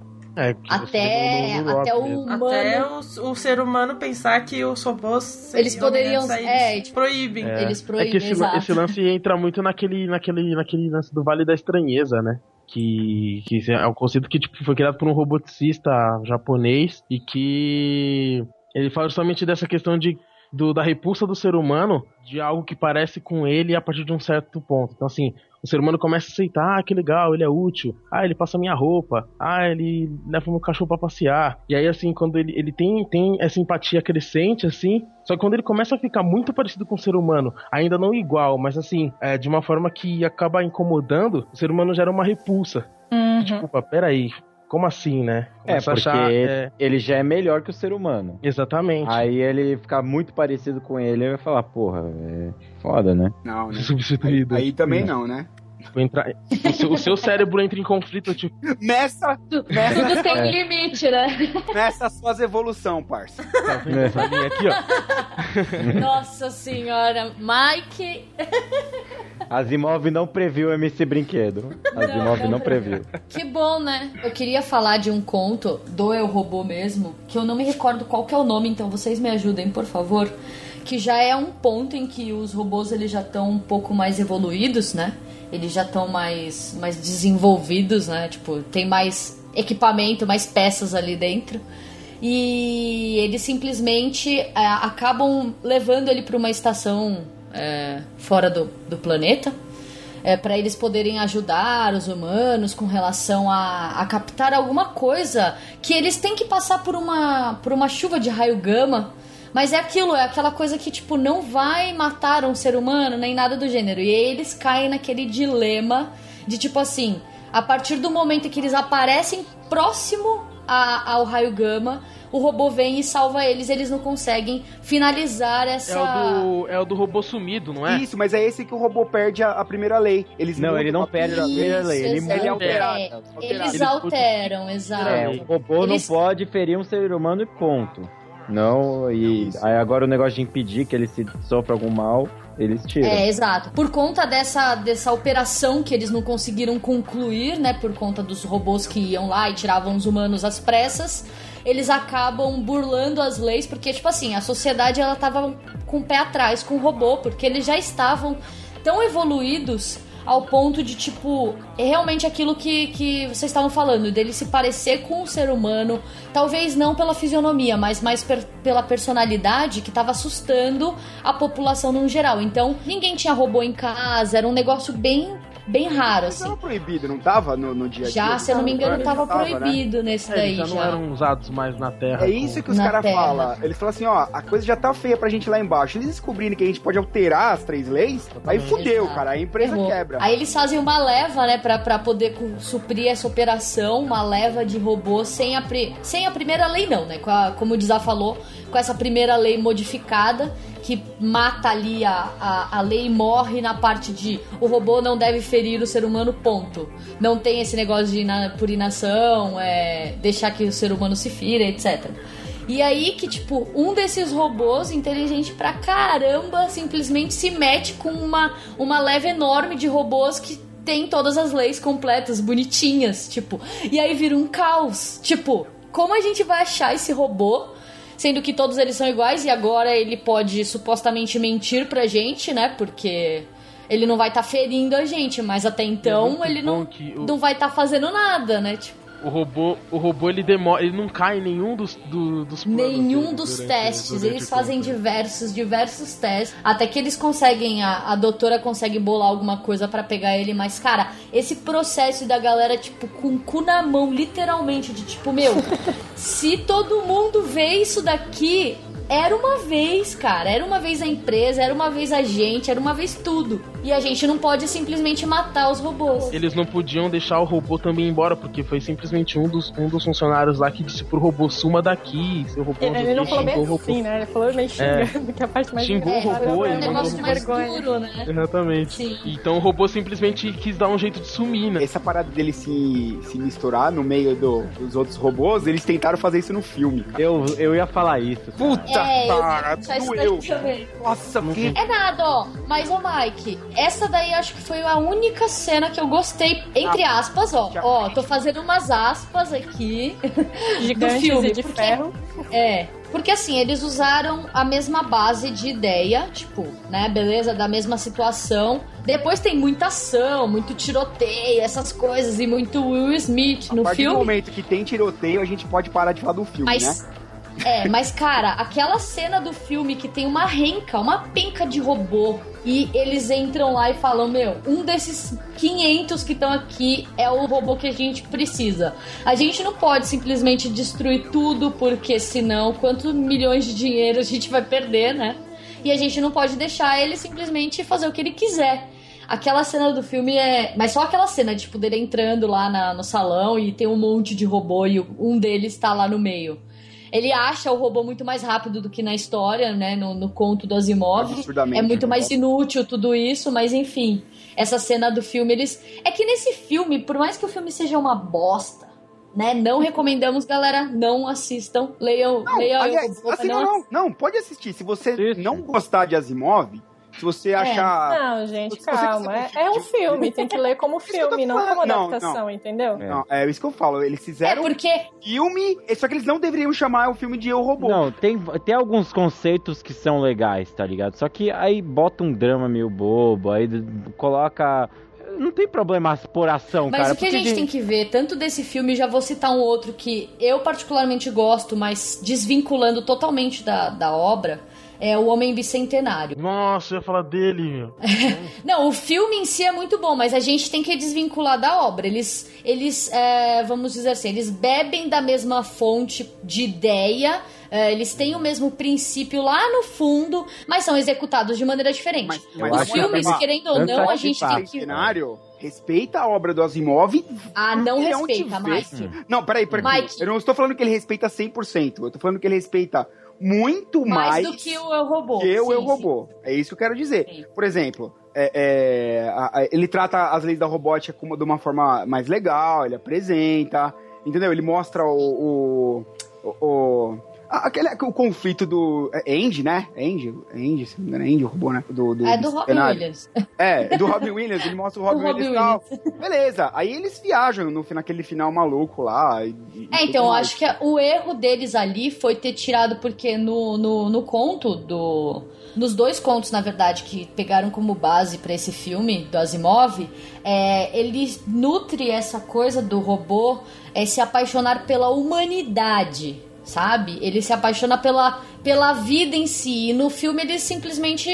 Até o humano... Até o ser humano pensar que os robôs... Eles poderiam... proíbem. Eles proíbem, que esse lance entra muito naquele lance do Vale da Estranheza, né? Que é um conceito que tipo, foi criado por um roboticista japonês e que ele fala justamente dessa questão da repulsa do ser humano de algo que parece com ele a partir de um certo ponto. Então, assim, o ser humano começa a aceitar, que legal, ele é útil, ele passa minha roupa, ele leva o meu cachorro pra passear. E aí, assim, quando ele tem essa empatia crescente, assim, só que quando ele começa a ficar muito parecido com o ser humano, ainda não igual, mas assim, de uma forma que acaba incomodando, o ser humano gera uma repulsa. Tipo, peraí, como assim, né? Porque ele já é melhor que o ser humano. Exatamente. Aí ele ficar muito parecido com ele, vai falar, porra, é foda, né? Não, né? Substituído. Aí também não, né? Vou entrar... o seu cérebro entra em conflito, tipo... Nessa Tudo tem limite, né? Nessa suas evolução, parça. Tá vendo essa linha aqui, ó? Nossa senhora, Mike... Asimov não previu o MC Brinquedo. Asimov não previu. Que bom, né? Eu queria falar de um conto do Eu, Robô mesmo, que eu não me recordo qual que é o nome, então vocês me ajudem, por favor. Que já é um ponto em que os robôs eles já estão um pouco mais evoluídos, né? Eles já estão mais desenvolvidos, né? Tipo, tem mais equipamento, mais peças ali dentro. E eles simplesmente acabam levando ele para uma estação fora do planeta, para eles poderem ajudar os humanos com relação a captar alguma coisa que eles têm que passar por uma chuva de raio gama. Mas é aquela coisa que, tipo, não vai matar um ser humano, nem nada do gênero. E aí eles caem naquele dilema de, tipo assim, a partir do momento que eles aparecem próximo ao raio gama, o robô vem e salva eles não conseguem finalizar essa... É o do robô sumido, não é? Isso, mas é esse que o robô perde a primeira lei. Ele não perde a primeira lei, ele altera. Eles alteram, exato. O robô não pode ferir um ser humano e ponto. Não, e aí agora o negócio de impedir que ele se sofra algum mal, eles tiram. Exato. Por conta dessa operação que eles não conseguiram concluir, né, por conta dos robôs que iam lá e tiravam os humanos às pressas, eles acabam burlando as leis, porque, tipo assim, a sociedade, ela tava com o pé atrás com o robô, porque eles já estavam tão evoluídos ao ponto de, tipo, realmente aquilo que vocês estavam falando, dele se parecer com um ser humano, talvez não pela fisionomia, mas mais pela personalidade, que tava assustando a população no geral. Então, ninguém tinha robô em casa, era um negócio bem raro, assim. Tava proibido, não tava no dia a dia? Já, se eu não me engano, tava proibido, né? Nesse daí, já. não eram usados mais na Terra. É isso que os caras falam. Eles falam assim, ó, a coisa já tá feia pra gente lá embaixo. Eles descobrindo que a gente pode alterar as 3 leis, aí fudeu, cara, a empresa quebra. Aí eles fazem uma leva, né, pra poder suprir essa operação, uma leva de robôs sem a primeira lei não, né, como o Dizá falou, com essa primeira lei modificada, que mata ali a lei e morre na parte de o robô não deve ferir o ser humano, ponto. Não tem esse negócio de por inação, deixar que o ser humano se fira, etc. E aí que, tipo, um desses robôs, inteligente pra caramba, simplesmente se mete com uma leva enorme de robôs que tem todas as leis completas, bonitinhas, tipo. E aí vira um caos. Tipo, como a gente vai achar esse robô, sendo que todos eles são iguais e agora ele pode supostamente mentir pra gente, né? Porque ele não vai estar ferindo a gente, mas até então ele não vai estar fazendo nada, né? Tipo, o robô ele demora, ele não cai em nenhum dos nenhum dos testes. Eles fazem diversos testes, até que eles conseguem, a doutora consegue bolar alguma coisa pra pegar ele, mas cara, esse processo da galera, tipo, com o cu na mão, literalmente, de tipo, meu, se todo mundo vê isso daqui, era uma vez, cara, era uma vez a empresa, era uma vez a gente, era uma vez tudo. E a gente não pode simplesmente matar os robôs. Eles não podiam deixar o robô também embora, porque foi simplesmente um dos funcionários lá que disse pro robô, suma daqui, seu robô. Ele não falou bem assim, né? Ele falou meio xingando, que é a parte mais... Xingou o robô, ele mandou um mais duro, né? Exatamente. Sim. Então o robô simplesmente quis dar um jeito de sumir, né? Essa parada dele se misturar no meio dos outros robôs, eles tentaram fazer isso no filme. Eu ia falar isso. Puta, cara, doeu. Nossa, que... É nada, ó. Mas, ô Mike, essa daí acho que foi a única cena que eu gostei, entre aspas, ó. Ó, tô fazendo umas aspas aqui do filme. De ferro. Porque assim, eles usaram a mesma base de ideia, tipo, né, beleza, da mesma situação. Depois tem muita ação, muito tiroteio, essas coisas, e muito Will Smith no filme. A partir do momento que tem tiroteio, a gente pode parar de falar do filme, né? Mas cara, aquela cena do filme que tem uma penca de robô, e eles entram lá e falam, meu, um desses 500 que estão aqui é o robô que a gente precisa. A gente não pode simplesmente destruir tudo, porque senão quantos milhões de dinheiro a gente vai perder, né? E a gente não pode deixar ele simplesmente fazer o que ele quiser. Aquela cena do filme mas só aquela cena de, tipo, dele entrando lá no salão e tem um monte de robô e um deles tá lá no meio. Ele acha o robô muito mais rápido do que na história, né? No conto do Asimov. É muito mais inútil tudo isso, mas enfim. Essa cena do filme, É que nesse filme, por mais que o filme seja uma bosta, né? Não recomendamos, galera, não assistam. Leiam. Aliás, não, pode assistir. Se você não gostar de Asimov, se você achar... Não, gente, calma. É um filme, tem que ler como filme, não como adaptação, entendeu? Não, é isso que eu falo. Eles fizeram filme, só que eles não deveriam chamar o filme de Eu, Robô. Não, tem alguns conceitos que são legais, tá ligado? Só que aí bota um drama meio bobo, aí coloca... Não tem problema por ação, mas cara. Mas o que a gente tem que ver, tanto desse filme, já vou citar um outro que eu particularmente gosto, mas desvinculando totalmente da obra... É o Homem Bicentenário. Nossa, eu ia falar dele, meu. Não, o filme em si é muito bom, mas a gente tem que desvincular da obra. Eles vamos dizer assim, eles bebem da mesma fonte de ideia, eles têm o mesmo princípio lá no fundo, mas são executados de maneira diferente. Os filmes, querendo ou não, a gente tem que... Respeita a obra do Asimov. Não respeita, Mike. Não, peraí. Eu não estou falando que ele respeita 100%. Eu estou falando que ele respeita muito mais do que o Eu, Robô. Eu, Robô. É isso que eu quero dizer. Sim. Por exemplo, ele trata as leis da robótica de uma forma mais legal, ele apresenta, entendeu? Ele mostra o conflito do Andy, né? Andy, se não me engano, Andy, o robô, né? Do Robin Williams. Do Robin Williams, ele mostra o Robin Williams e tal. Beleza, aí eles viajam naquele final maluco lá. Então, eu acho que o erro deles ali foi ter tirado, porque no conto nos dois contos, na verdade, que pegaram como base pra esse filme do Asimov, ele nutre essa coisa do robô se apaixonar pela humanidade, sabe? Ele se apaixona pela vida em si. E no filme eles simplesmente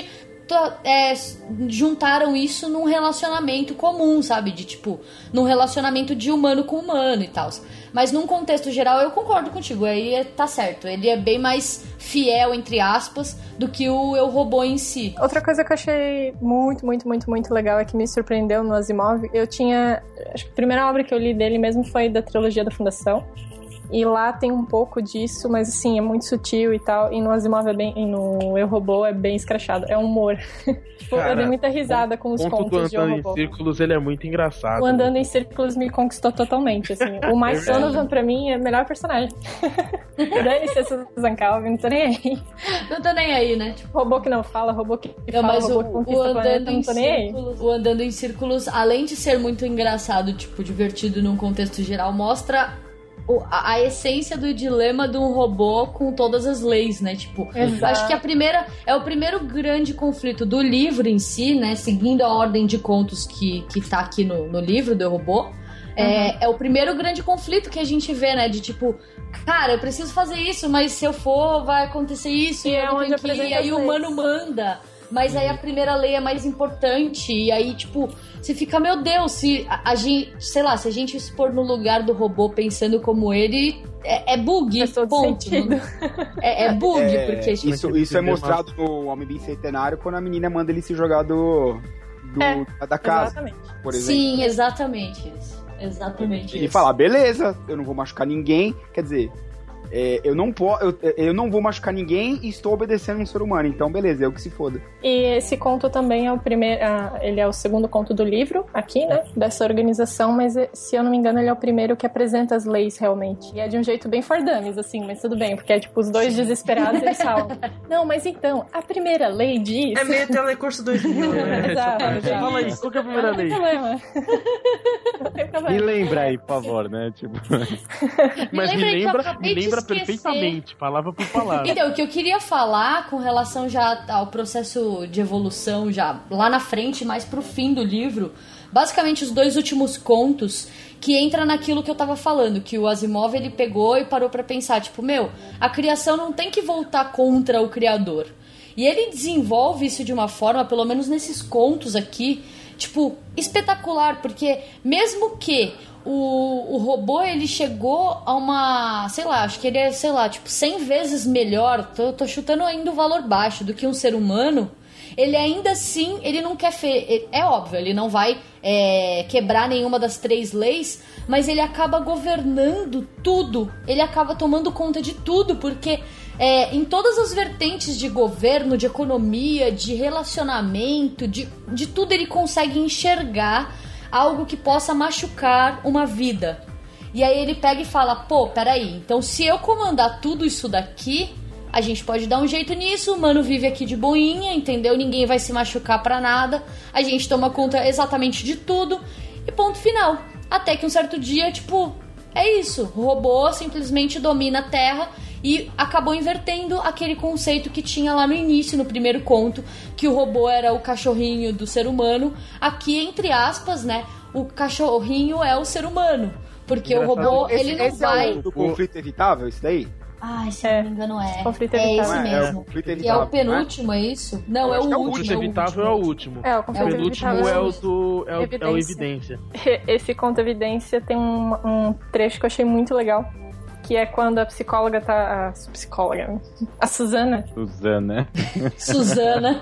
juntaram isso num relacionamento comum, sabe? Num relacionamento de humano com humano e tal. Mas num contexto geral eu concordo contigo, aí tá certo. Ele é bem mais fiel, entre aspas, do que o Eu, Robô em si. Outra coisa que eu achei muito, muito, muito, muito legal é que me surpreendeu no Asimov. Acho que a primeira obra que eu li dele mesmo foi da trilogia da Fundação. E lá tem um pouco disso, mas assim, é muito sutil e tal. E no Asimov e no Eu, Robô é bem escrachado. É humor. Cara, eu dei muita risada com os contos de Eu, Robô. O Andando em Círculos, ele é muito engraçado. O Andando em Círculos me conquistou totalmente, assim. O Mike Donovan, pra mim, é o melhor personagem. Dane-se essa Susan Calvin, não tô nem aí. Não tô nem aí, né? Robô que não fala, robô que não, fala, mas robô que conquista o planeta, não tô nem aí. O Andando em Círculos, além de ser muito engraçado, divertido num contexto geral, mostra... a essência do dilema de um robô com todas as leis, né? Acho que o primeiro grande conflito do livro em si, né? Seguindo a ordem de contos que tá aqui no livro do Robô. É o primeiro grande conflito que a gente vê, né? Cara, eu preciso fazer isso, mas se eu for, vai acontecer isso. E aí o humano manda. Mas aí a primeira lei é mais importante. E aí, você fica, meu Deus, se a gente, sei lá, se a gente se pôr no lugar do robô pensando como ele, é bug, ponto. É bug, porque... Isso é mostrado no Homem Bicentenário quando a menina manda ele se jogar da casa, exatamente. Por exemplo. Sim, exatamente isso. Exatamente ele isso. fala, beleza, eu não vou machucar ninguém, quer dizer... eu não vou machucar ninguém e estou obedecendo um ser humano, então beleza, eu que se foda. E esse conto também é o primeiro, ele é o segundo conto do livro aqui, né, dessa organização, mas se eu não me engano ele é o primeiro que apresenta as leis realmente, e é de um jeito bem for dummies, assim, mas tudo bem, porque é os dois desesperados, eles falam, não, mas então, a primeira lei diz... É meio Telecurso 2000, né? Exato. Fala aí, qual que é a primeira lei? Não tem problema. Me lembra aí, por favor, né, Mas me lembra perfeitamente, palavra por palavra. Então, o que eu queria falar com relação já ao processo de evolução, já lá na frente, mais pro fim do livro, basicamente os dois últimos contos, que entra naquilo que eu tava falando, que o Asimov ele pegou e parou pra pensar, a criação não tem que voltar contra o criador. E ele desenvolve isso de uma forma, pelo menos nesses contos aqui, espetacular, porque mesmo que o robô, ele chegou a uma, sei lá, acho que ele é, 100 vezes melhor, tô chutando ainda o valor baixo do que um ser humano, ele ainda assim, ele não quer... É óbvio, ele não vai quebrar nenhuma das 3 leis, mas ele acaba governando tudo. Ele acaba tomando conta de tudo, porque em todas as vertentes de governo, de economia, de relacionamento, de tudo ele consegue enxergar algo que possa machucar uma vida. E aí ele pega e fala, pô, peraí, então se eu comandar tudo isso daqui, a gente pode dar um jeito nisso, o humano vive aqui de boinha, entendeu? Ninguém vai se machucar pra nada, a gente toma conta exatamente de tudo, e ponto final. Até que um certo dia, tipo, é isso, o robô simplesmente domina a Terra e acabou invertendo aquele conceito que tinha lá no início, no primeiro conto, que o robô era o cachorrinho do ser humano. Aqui, entre aspas, né, o cachorrinho é o ser humano. Porque o robô, ele não vai... É o do conflito evitável, isso daí? Ai, se não me engano Conflito esse evitável. mesmo. Que é o penúltimo, é isso? Não, é o último. O conflito evitável é o último. O conflito penúltimo evitável é o Evidência. Esse conto Evidência tem um trecho que eu achei muito legal, que é quando a psicóloga tá... A Suzana. Suzana.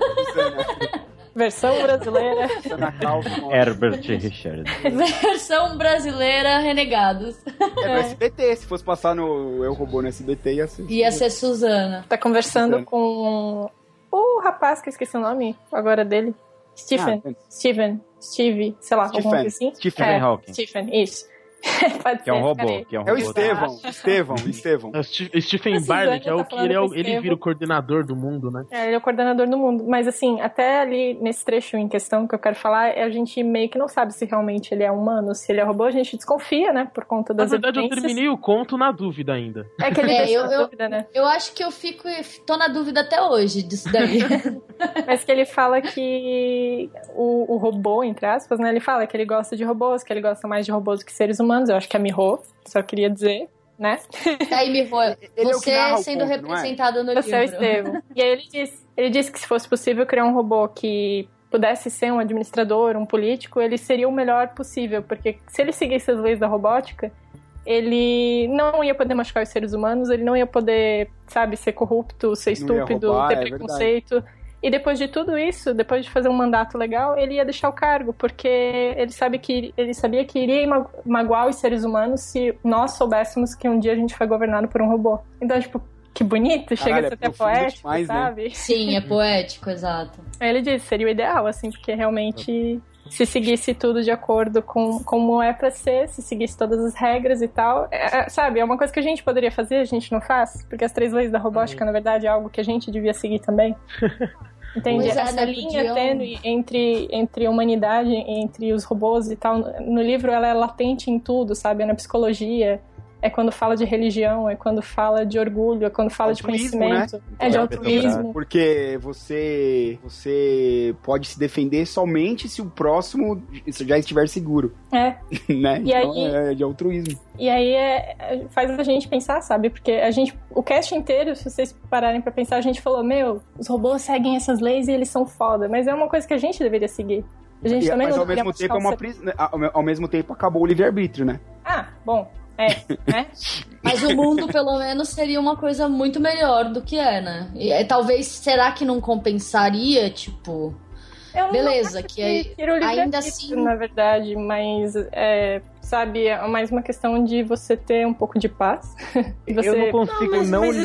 Versão brasileira. Herbert Richard. Versão brasileira, Renegados. É no SBT, se fosse passar no Eu Robô no SBT, ia ser Suzana. Tá conversando com o rapaz, que eu esqueci o nome agora dele. Steve, sei lá, alguma coisa assim. Stephen Hawking. Stephen, isso. Pode que é um robô. É o Estevão. É o Stephen Barney, que é o que ele vira o coordenador do mundo, né? Ele é o coordenador do mundo. Mas assim, até ali nesse trecho em questão que eu quero falar, a gente meio que não sabe se realmente ele é humano, se ele é robô, a gente desconfia, né? Por conta das evidências. Na verdade, eu terminei o conto na dúvida ainda. É que ele deixou a dúvida, né? Eu acho que tô na dúvida até hoje disso daí. Mas que ele fala que o robô, entre aspas, né? Ele fala que ele gosta de robôs, que ele gosta mais de robôs do que seres humanos. Eu acho que é Miho, só queria dizer, né? Aí, Miho, você é sendo representado no livro. Você é o Estevão. E aí ele disse que se fosse possível criar um robô que pudesse ser um administrador, um político, ele seria o melhor possível, porque se ele seguisse as leis da robótica, ele não ia poder machucar os seres humanos, ele não ia poder, sabe, ser corrupto, ser estúpido, ter preconceito. E depois de tudo isso, depois de fazer um mandato legal, ele ia deixar o cargo, porque ele sabia que iria magoar os seres humanos se nós soubéssemos que um dia a gente foi governado por um robô. Então, tipo, que bonito, chega a ser até poético, demais, sabe? Né? Sim, é poético, exato. Aí ele disse, seria o ideal, assim, porque realmente se seguisse tudo de acordo com como é pra ser, se seguisse todas as regras e tal, sabe, é uma coisa que a gente poderia fazer, a gente não faz, porque as 3 leis da robótica, na verdade, é algo que a gente devia seguir também. Entende? Essa linha tênue entre a humanidade, entre os robôs e tal, no livro ela é latente em tudo, sabe? É na psicologia, é quando fala de religião, é quando fala de orgulho, é quando fala de conhecimento, né? É de altruísmo. Porque você pode se defender somente se o próximo já estiver seguro. É. Né? E então aí, é de altruísmo. E aí faz a gente pensar, sabe? Porque o cast inteiro, se vocês pararem pra pensar, a gente falou, os robôs seguem essas leis e eles são foda. Mas é uma coisa que a gente deveria seguir. A gente também mas não ao mesmo tempo ao mesmo tempo acabou o livre-arbítrio, né? Ah, bom. Né? Mas o mundo, pelo menos, seria uma coisa muito melhor do que é, né? E talvez, será que não compensaria, tipo... Beleza, que ainda assim... Na verdade, mas, sabe, é mais uma questão de você ter um pouco de paz. Eu não consigo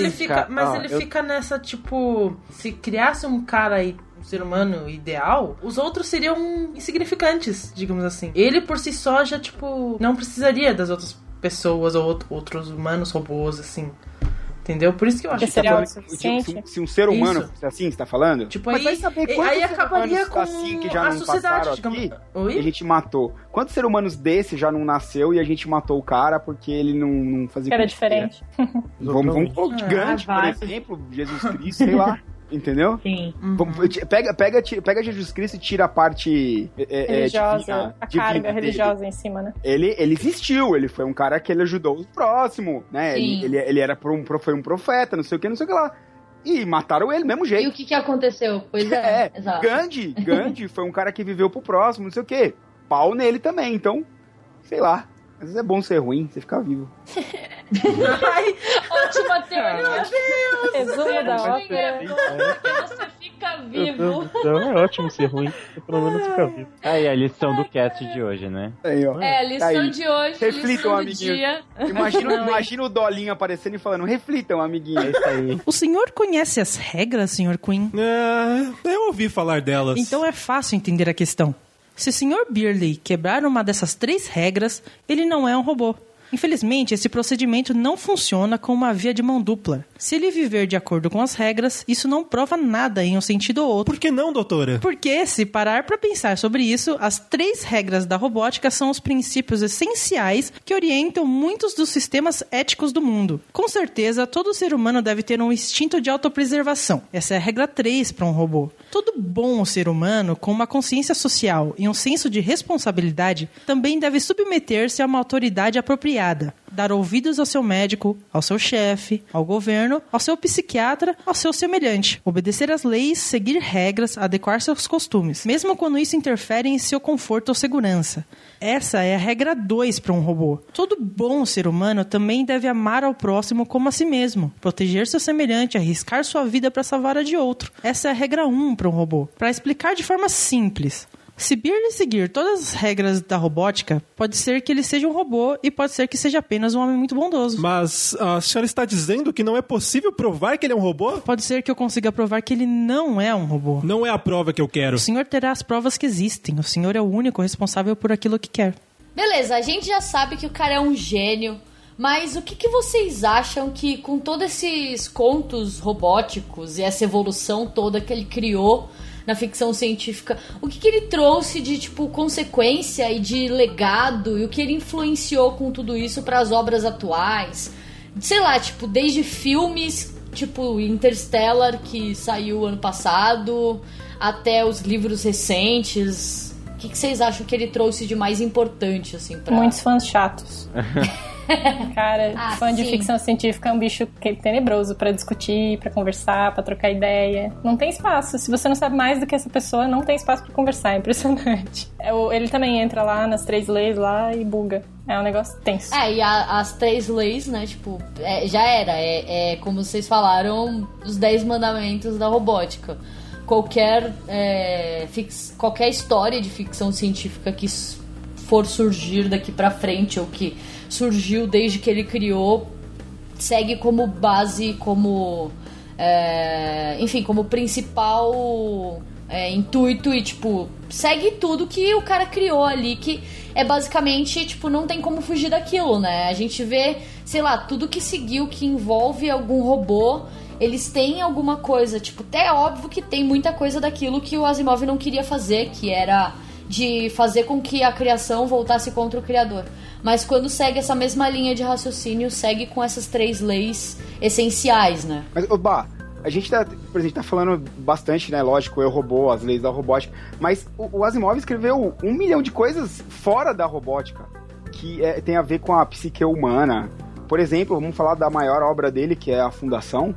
Mas ele fica nessa, tipo... Se criasse um cara aí, um ser humano ideal, os outros seriam insignificantes, digamos assim. Ele, por si só, já, tipo... Não precisaria das outras pessoas ou outros humanos, robôs, assim... Entendeu? Por isso que eu acho que seria se um ser humano fosse assim, você tá falando? Tipo, aí acabaria com assim, que já a não sociedade, digamos. Aqui, Oi? E a gente matou. Quantos seres humanos desse já não nasceu e a gente matou o cara porque ele não fazia... Era diferente. Vamos pôr Gandhi, por exemplo, Jesus Cristo, sei lá. Entendeu? Sim. Pega Jesus Cristo e tira a parte religiosa, divina, a carga religiosa em cima, né? Ele existiu, ele foi um cara que ele ajudou o próximo, né? Ele foi um profeta, não sei o que lá. E mataram ele do mesmo jeito. E o que aconteceu? Pois exato. Gandhi foi um cara que viveu pro próximo, não sei o que. Pau nele também, então, sei lá. Às vezes é bom ser ruim, você ficar vivo. Ai, ótima teoria. Resumo da ópera. Você fica vivo. Então é ótimo ser ruim, pelo menos fica vivo. Aí a lição do cast de hoje, né? Aí, ó. É, lição Aí. de hoje, Reflitam, lição do amiguinhos. dia. Imagina o Dolinho aparecendo e falando, reflitam, amiguinho. É isso aí. O senhor conhece as regras, Sr. Queen? Eu ouvi falar delas. Então é fácil entender a questão. Se o Sr. Beerley quebrar uma dessas 3 regras, ele não é um robô. Infelizmente, esse procedimento não funciona com uma via de mão dupla. Se ele viver de acordo com as regras, isso não prova nada em um sentido ou outro. Por que não, doutora? Porque, se parar para pensar sobre isso, as 3 regras da robótica são os princípios essenciais que orientam muitos dos sistemas éticos do mundo. Com certeza, todo ser humano deve ter um instinto de autopreservação. Essa é a regra 3 para um robô. Todo bom ser humano, com uma consciência social e um senso de responsabilidade, também deve submeter-se a uma autoridade apropriada. Dar ouvidos ao seu médico, ao seu chefe, ao governo, ao seu psiquiatra, ao seu semelhante. Obedecer às leis, seguir regras, adequar seus costumes, mesmo quando isso interfere em seu conforto ou segurança. Essa é a regra 2 para um robô. Todo bom ser humano também deve amar ao próximo como a si mesmo, proteger seu semelhante, arriscar sua vida para salvar a de outro. Essa é a regra 1 para um robô. Para explicar de forma simples, se Beerley seguir todas as regras da robótica, pode ser que ele seja um robô e pode ser que seja apenas um homem muito bondoso. Mas a senhora está dizendo que não é possível provar que ele é um robô? Pode ser que eu consiga provar que ele não é um robô. Não é a prova que eu quero. O senhor terá as provas que existem. O senhor é o único responsável por aquilo que quer. Beleza, a gente já sabe que o cara é um gênio, mas o que vocês acham que com todos esses contos robóticos e essa evolução toda que ele criou na ficção científica, o que ele trouxe de, tipo, consequência e de legado, e o que ele influenciou com tudo isso para as obras atuais? Sei lá, tipo, desde filmes, tipo Interstellar, que saiu ano passado, até os livros recentes. O que vocês acham que ele trouxe de mais importante, assim, pra... Muitos fãs chatos. Cara, fã de sim. ficção científica é um bicho tenebroso pra discutir, pra conversar, pra trocar ideia. Não tem espaço. Se você não sabe mais do que essa pessoa, não tem espaço pra conversar. É impressionante. Ele também entra lá nas 3 leis lá e buga. É um negócio tenso. E as 3 leis, né, tipo, já era. É como vocês falaram, os 10 mandamentos da robótica. Qualquer história de ficção científica que for surgir daqui pra frente, ou que surgiu desde que ele criou, segue como base, como como principal intuito, e tipo, segue tudo que o cara criou ali, que é basicamente, tipo, não tem como fugir daquilo, né? A gente vê, sei lá, tudo que seguiu, que envolve algum robô, eles têm alguma coisa, tipo, até é óbvio que tem muita coisa daquilo que o Asimov não queria fazer, que era de fazer com que a criação voltasse contra o criador. Mas quando segue essa mesma linha de raciocínio, segue com essas 3 leis essenciais, né? Mas, a gente tá falando bastante, né? Lógico, Eu, Robô, as leis da robótica. Mas o Asimov escreveu 1 milhão de coisas fora da robótica, que tem a ver com a psique humana. Por exemplo, vamos falar da maior obra dele, que é A Fundação.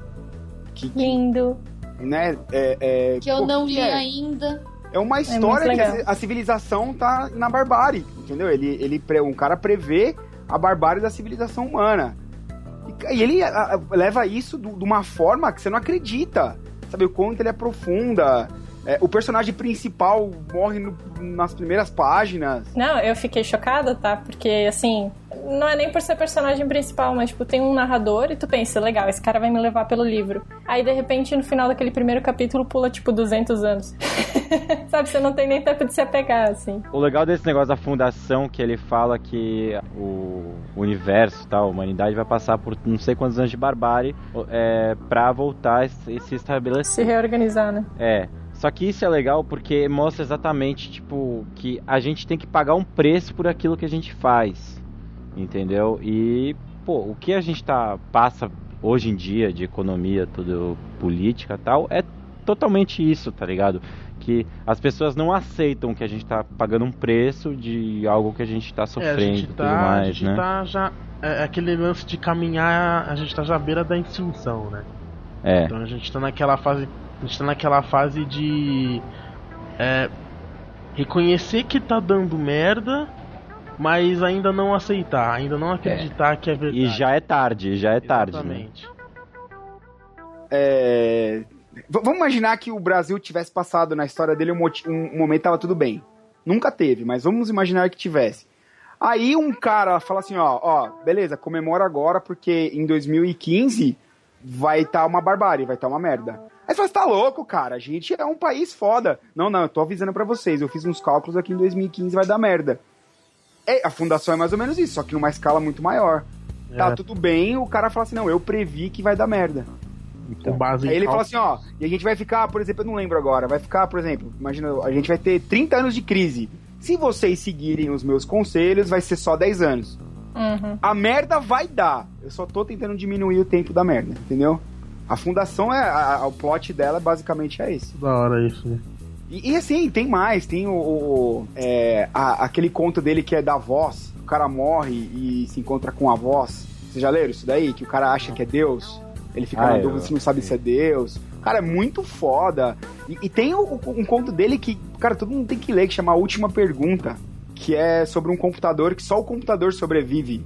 Lindo. Né? Que eu não li ainda. É uma história que a civilização tá na barbárie, entendeu? Um cara prevê a barbárie da civilização humana. E ele leva isso de uma forma que você não acredita. Sabe, o quanto ele aprofunda. O personagem principal morre nas primeiras páginas. Não, eu fiquei chocada, tá? Porque, assim, não é nem por ser personagem principal, mas, tipo, tem um narrador e tu pensa, legal, esse cara vai me levar pelo livro. Aí, de repente, no final daquele primeiro capítulo, pula, tipo, 200 anos. Sabe, você não tem nem tempo de se apegar, assim. O legal desse negócio da fundação, que ele fala que o universo, a humanidade vai passar por não sei quantos anos de barbárie pra voltar e se estabelecer. Se reorganizar, né? Só que isso é legal porque mostra exatamente, tipo, que a gente tem que pagar um preço por aquilo que a gente faz, entendeu? E, o que a gente passa hoje em dia de economia, tudo política e tal, é totalmente isso, tá ligado? Que as pessoas não aceitam que a gente tá pagando um preço de algo que a gente tá sofrendo e tudo mais, a gente né? Tá já, aquele lance de caminhar, a gente tá já à beira da extinção, né? Então a gente tá naquela fase de reconhecer que tá dando merda, mas ainda não aceitar, ainda não acreditar que é verdade. E já é tarde, Exatamente. né? Vamos imaginar que o Brasil tivesse passado na história dele um momento que tava tudo bem. Nunca teve, mas vamos imaginar que tivesse. Aí um cara fala assim, ó, beleza, comemora agora porque em 2015 vai estar uma barbárie, vai estar uma merda. Aí você fala, você tá louco, cara, a gente é um país foda. Não, eu tô avisando pra vocês, eu fiz uns cálculos aqui em 2015 vai dar merda. A fundação é mais ou menos isso, só que numa escala muito maior. Tá tudo bem, o cara fala assim, não, eu previ que vai dar merda. Então, aí ele fala assim, ó, e a gente vai ficar, por exemplo, eu não lembro agora, vai ficar, por exemplo, imagina, a gente vai ter 30 anos de crise. Se vocês seguirem os meus conselhos, vai ser só 10 anos. Uhum. A merda vai dar. Eu só tô tentando diminuir o tempo da merda, entendeu? A fundação, o plot dela basicamente é esse. Da hora isso, né? E assim, tem mais, tem aquele conto dele que é da voz, o cara morre e se encontra com a voz. Vocês já leram isso daí? Que o cara acha que é Deus? Ele fica na dúvida se não sabe se é Deus. Cara, é muito foda. E tem um conto dele que, cara, todo mundo tem que ler, que chama A Última Pergunta, que é sobre um computador, que só o computador sobrevive.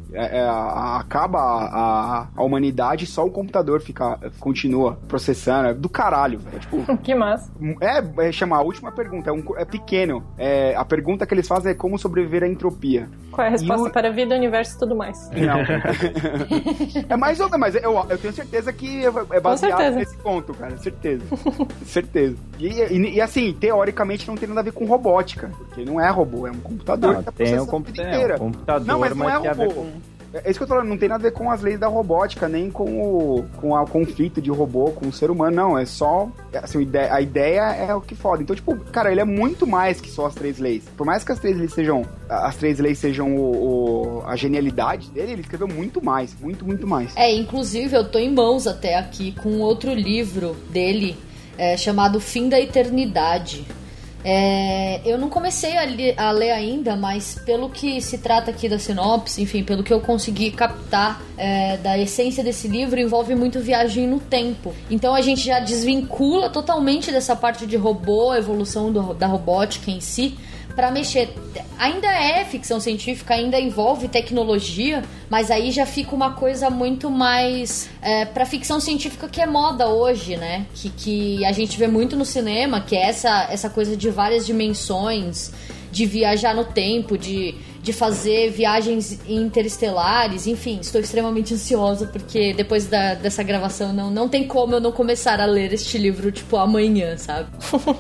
Acaba a humanidade, só o computador continua processando. É do caralho, velho. Tipo, que massa. Chama A Última Pergunta. É pequeno. A pergunta que eles fazem é como sobreviver à entropia. Qual é a resposta para a vida, universo e tudo mais? Não. É mais ou menos, mas eu tenho certeza que é baseado nesse ponto, cara. Certeza. Certeza. E assim, teoricamente não tem nada a ver com robótica, porque não é robô, é um computador. Não, tem um computador, não, mas não é tem a ver robô. com... É isso que eu tô falando, não tem nada a ver com as leis da robótica, nem com o conflito de robô com o ser humano, não. É só, assim, a ideia é o que foda. Então, tipo, cara, ele é muito mais que só as 3 leis. Por mais que as 3 leis sejam a genialidade dele, ele escreveu muito mais, muito mais. Inclusive, eu tô em mãos até aqui com outro livro dele, chamado Fim da Eternidade. Eu não comecei a ler ainda, mas pelo que se trata aqui da sinopse, enfim, pelo que eu consegui captar da essência desse livro, envolve muito viagem no tempo. Então a gente já desvincula totalmente dessa parte de robô, evolução da robótica em si, pra mexer. Ainda é ficção científica, ainda envolve tecnologia, mas aí já fica uma coisa muito mais pra ficção científica que é moda hoje, né? Que a gente vê muito no cinema, que é essa coisa de várias dimensões, de viajar no tempo, de fazer viagens interestelares, enfim, estou extremamente ansiosa porque depois dessa gravação não tem como eu não começar a ler este livro, tipo, amanhã, sabe?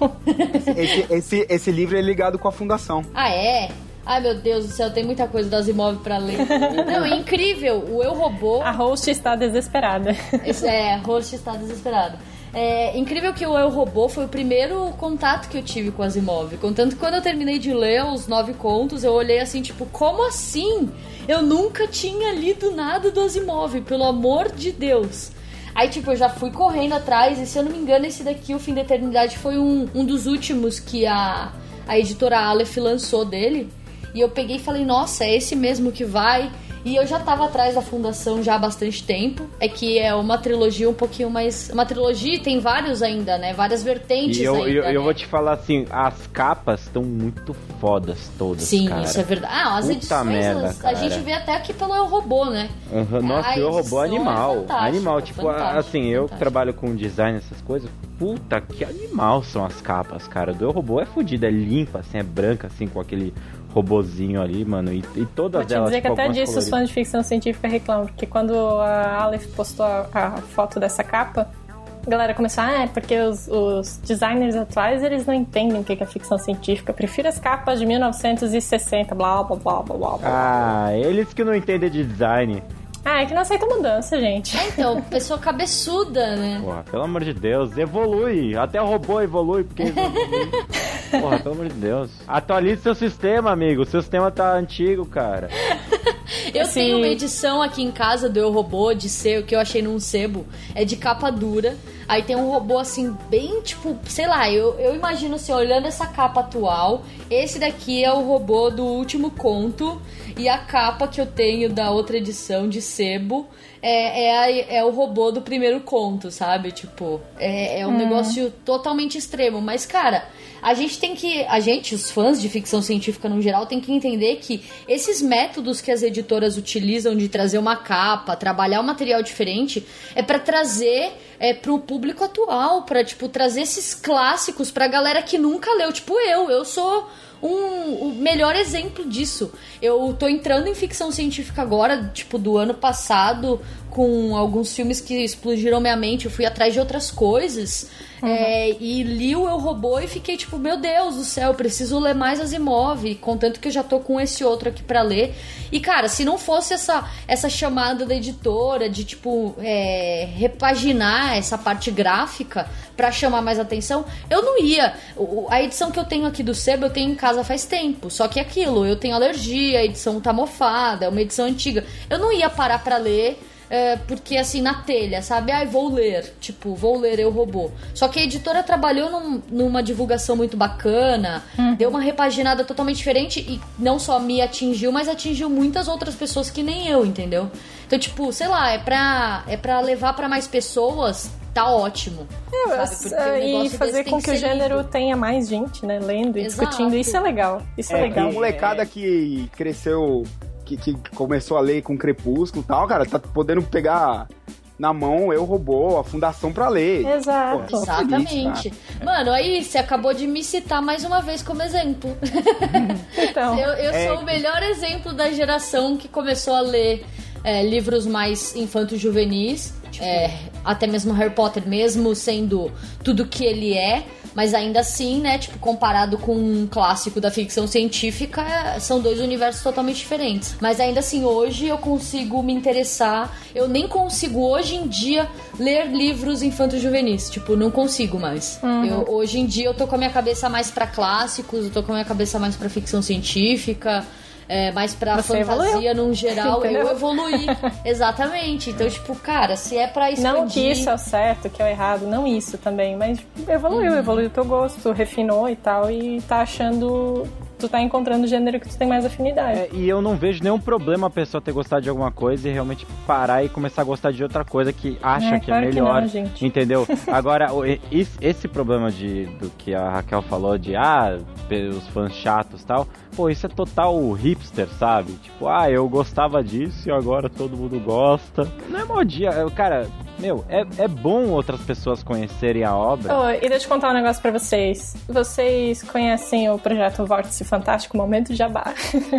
Esse livro é ligado com a fundação. Ah, é? Ai, meu Deus do céu, tem muita coisa do Asimov pra ler. Não, é incrível, o Eu, Robô... A host está desesperada. A host está desesperada. É incrível que o Eu, Robô foi o primeiro contato que eu tive com o Asimov. Contanto que quando eu terminei de ler os 9 contos, eu olhei assim, tipo, como assim? Eu nunca tinha lido nada do Asimov, pelo amor de Deus. Aí, tipo, eu já fui correndo atrás, e se eu não me engano, esse daqui, O Fim da Eternidade, foi um dos últimos que a editora Aleph lançou dele. E eu peguei e falei, nossa, é esse mesmo que vai... E eu já tava atrás da fundação já há bastante tempo. É que é uma trilogia um pouquinho mais... Uma trilogia e tem vários ainda, né? Várias vertentes ainda, eu vou te falar assim, as capas estão muito fodas todas, sim, cara. Isso é verdade. As puta edições, merda, a gente vê até aqui pelo Eu, Robô, né? Nossa, o Eu, Robô é animal. Animal, tipo, assim, eu que trabalho com design, essas coisas. Puta, que animal são as capas, cara. Do Eu, Robô é fodido, é limpa, assim, é branca, assim, com aquele... robozinho ali, mano, e todas elas... Vou te dizer que até disso coloridas. os fãs de ficção científica reclamam, porque quando a Aleph postou a foto dessa capa, a galera começou, porque os designers atuais, eles não entendem o que é ficção científica, prefiro as capas de 1960, blá, blá, blá, blá, blá, blá. Eles que não entendem de design. É que não aceita mudança, gente. Então, pessoa cabeçuda, né? Porra, pelo amor de Deus, evolui. Até o robô evolui, porque... Porra, pelo amor de Deus. Atualize seu sistema, amigo. Seu sistema tá antigo, cara. Eu tenho uma edição aqui em casa do Eu, Robô, de sebo, que eu achei num sebo. É de capa dura. Aí tem um robô, assim, bem, tipo... Sei lá, eu imagino, assim, olhando essa capa atual. Esse daqui é o robô do último conto. E a capa que eu tenho da outra edição de sebo é o robô do primeiro conto, sabe? Tipo, é um negócio totalmente extremo. Mas, cara, os fãs de ficção científica no geral, tem que entender que esses métodos que as editoras utilizam de trazer uma capa, trabalhar um material diferente, é pra trazer pro público atual, pra, tipo, trazer esses clássicos pra galera que nunca leu. Tipo, eu sou o melhor exemplo disso. Eu tô entrando em ficção científica agora, tipo, do ano passado, com alguns filmes que explodiram minha mente. Eu fui atrás de outras coisas. E li o Eu, Robô e fiquei tipo, meu Deus do céu, eu preciso ler mais Asimov, contanto que eu já tô com esse outro aqui pra ler. E cara, se não fosse essa chamada da editora de tipo repaginar essa parte gráfica pra chamar mais atenção, eu não ia. A edição que eu tenho aqui do Sebo eu tenho em casa faz tempo, só que aquilo, eu tenho alergia, a edição tá mofada, é uma edição antiga, eu não ia parar pra ler. Porque assim, na telha, sabe? Vou ler, tipo, vou ler Eu, Robô. Só que a editora trabalhou numa divulgação muito bacana, deu uma repaginada totalmente diferente e não só me atingiu, mas atingiu muitas outras pessoas que nem eu, entendeu? Então, tipo, sei lá, é pra levar pra mais pessoas, tá ótimo. E fazer com que o gênero tenha mais gente, né, lendo e discutindo, isso é legal. Isso é legal. A molecada que cresceu... Que começou a ler com Crepúsculo e tal, cara, tá podendo pegar na mão Eu, Robô, a fundação pra ler. Exato. Pô, exatamente. Feliz, mano, aí você acabou de me citar mais uma vez como exemplo. Então, eu sou o melhor exemplo da geração que começou a ler livros mais infanto-juvenis, até mesmo Harry Potter, mesmo sendo tudo que ele é, mas ainda assim, né, tipo, comparado com um clássico da ficção científica, são dois universos totalmente diferentes. Mas ainda assim, hoje eu consigo me interessar, eu nem consigo hoje em dia ler livros infanto-juvenis, tipo, não consigo mais. Hoje em dia eu tô com a minha cabeça mais pra clássicos, eu tô com a minha cabeça mais pra ficção científica, mais pra Você fantasia evoluiu. Num geral. Entendeu? Eu evoluí. Exatamente. Então, tipo, cara, se é pra expandir... Não que isso é o certo, que é o errado, não isso também, mas evoluiu o teu gosto, refinou e tal, e tá achando... Tu tá encontrando o gênero que tu tem mais afinidade. E eu não vejo nenhum problema a pessoa ter gostado de alguma coisa e realmente parar e começar a gostar de outra coisa que acha que é melhor. Que não, gente. Entendeu? Agora, esse problema do que a Raquel falou de os fãs chatos e tal, pô, isso é total hipster, sabe? Tipo, eu gostava disso e agora todo mundo gosta. Não é modinha, cara... Meu, é bom outras pessoas conhecerem a obra. E deixa eu contar um negócio pra vocês. Vocês conhecem o projeto Vórtice Fantástico? Momento Jabá.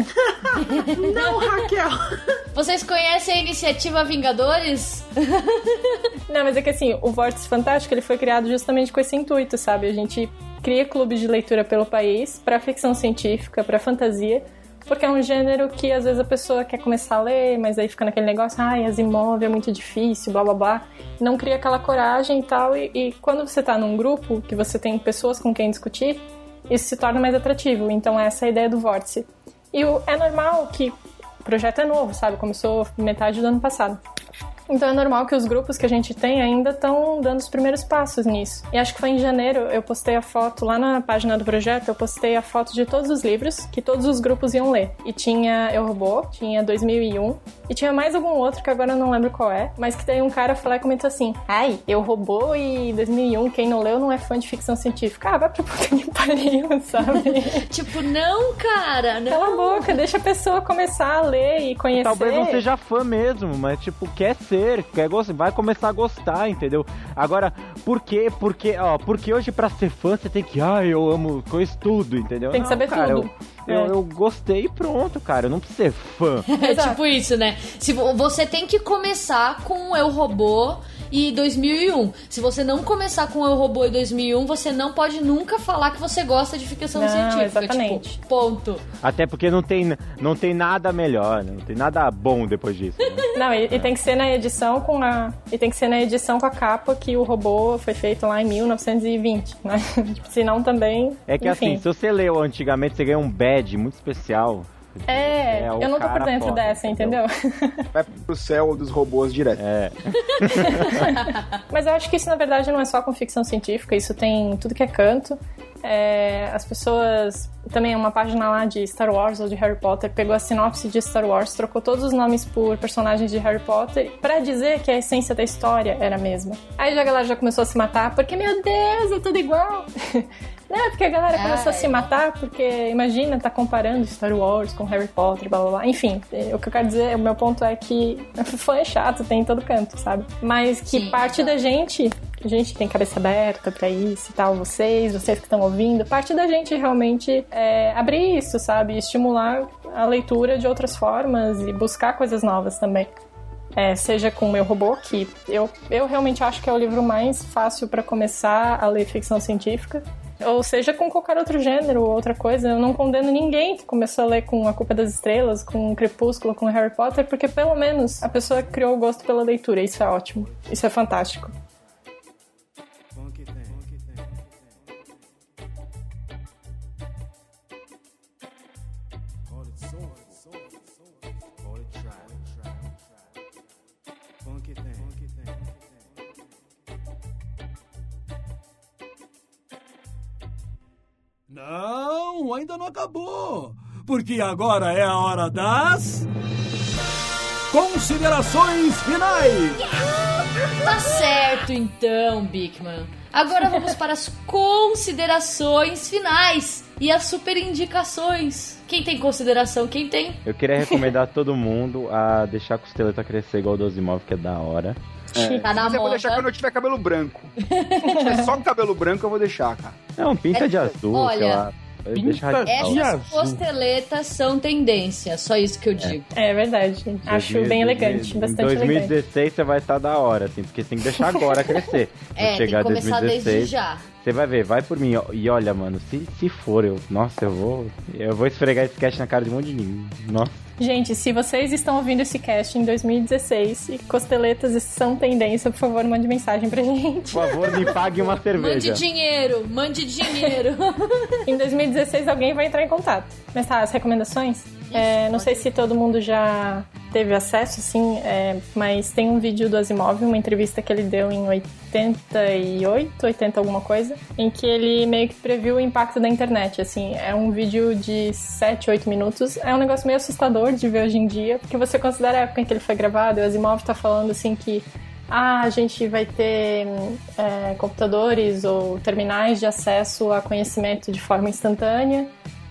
Não, Raquel! Vocês conhecem a iniciativa Vingadores? Não, mas é que assim, o Vórtice Fantástico ele foi criado justamente com esse intuito, sabe? A gente cria clubes de leitura pelo país pra ficção científica, pra fantasia, porque é um gênero que às vezes a pessoa quer começar a ler, mas aí fica naquele negócio, Asimov é muito difícil, blá blá blá. Não cria aquela coragem e tal, e quando você tá num grupo, que você tem pessoas com quem discutir, isso se torna mais atrativo. Então essa é a ideia do Vórtice. E é normal que o projeto é novo, sabe? Começou metade do ano passado. Então é normal que os grupos que a gente tem ainda estão dando os primeiros passos nisso. E acho que foi em janeiro, eu postei a foto lá na página do projeto, eu postei a foto de todos os livros que todos os grupos iam ler. E tinha Eu, Robô, tinha 2001, e tinha mais algum outro que agora eu não lembro qual é, mas que daí um cara foi lá e comentou assim, Eu, Robô e 2001, quem não leu não é fã de ficção científica. Vai pra puta que pariu, sabe? Tipo, não, cara, não. Cala a boca, deixa a pessoa começar a ler e conhecer. Talvez não seja fã mesmo, mas tipo, quer ser, vai começar a gostar, entendeu? Agora, por quê? Porque hoje pra ser fã você tem que, eu amo coisa tudo, entendeu? Tem que saber tudo. Eu gostei e pronto, cara, eu não preciso ser fã. É tipo isso, né? Se você tem que começar com Eu, Robô e 2001. Se você não começar com Eu, Robô e 2001, você não pode nunca falar que você gosta de ficção científica. Exatamente. Tipo, ponto. Até porque não tem nada melhor, né? Não tem nada bom depois disso. Né? Não, e tem que ser na edição com a capa que o robô foi feito lá em 1920, né? Senão também... É que enfim. Assim, se você leu antigamente, você ganha um badge muito especial. Eu não tô por dentro dessa, entendeu? Vai pro céu dos robôs direto. Mas eu acho que isso, na verdade, não é só com ficção científica, isso tem tudo que é canto. As pessoas... Também uma página lá de Star Wars ou de Harry Potter pegou a sinopse de Star Wars, trocou todos os nomes por personagens de Harry Potter pra dizer que a essência da história era a mesma. Aí a galera já começou a se matar porque, meu Deus, é tudo igual. Não, porque a galera começou a se matar, porque imagina, tá comparando Star Wars com Harry Potter, blá blá blá. Enfim, o que eu quero dizer, o meu ponto é que fã é chato, tem em todo canto, sabe? Mas que sim, parte da gente, a gente tem cabeça aberta pra isso e tal, vocês que estão ouvindo, parte da gente realmente é abrir isso, sabe? Estimular a leitura de outras formas e buscar coisas novas também. Seja com o Meu Robô, que eu realmente acho que é o livro mais fácil pra começar a ler ficção científica. Ou seja, com qualquer outro gênero ou outra coisa. Eu não condeno ninguém que começou a ler com A Culpa das Estrelas, com Crepúsculo, com Harry Potter, porque pelo menos a pessoa criou o gosto pela leitura. Isso é ótimo. Isso é fantástico. Não, ainda não acabou. Porque agora é a hora das... considerações finais. Tá certo então, Bigman. Agora vamos para as considerações finais e as super indicações. Quem tem consideração? Quem tem? Eu queria recomendar a todo mundo a deixar a costeleta crescer igual o Dozimov, que é da hora. Tá na mas eu vou deixar quando eu tiver cabelo branco. Se tiver só cabelo branco, eu vou deixar, cara. Não, pinta de azul, olha, sei lá. Essas costeletas são tendência, só isso que eu digo. É verdade, gente. Acho bem elegante, bastante elegante. Em 2016 você vai estar da hora, assim, porque você tem que deixar agora crescer. Tem que começar 2016, desde já. Você vai ver, vai por mim. E olha, mano, se for, eu vou esfregar esse cast na cara de um monte de mim. Nossa. Gente, se vocês estão ouvindo esse cast em 2016 e costeletas são tendência, por favor, mande mensagem pra gente. Por favor, me pague uma cerveja. Mande dinheiro. Em 2016 alguém vai entrar em contato. Mas tá, as recomendações? Não sei se todo mundo já teve acesso, assim, mas tem um vídeo do Asimov, uma entrevista que ele deu em 80 alguma coisa, em que ele meio que previu o impacto da internet, assim. É um vídeo de 7, 8 minutos. É um negócio meio assustador de ver hoje em dia, porque você considera a época em que ele foi gravado, e o Asimov tá falando, assim, que a gente vai ter computadores ou terminais de acesso a conhecimento de forma instantânea.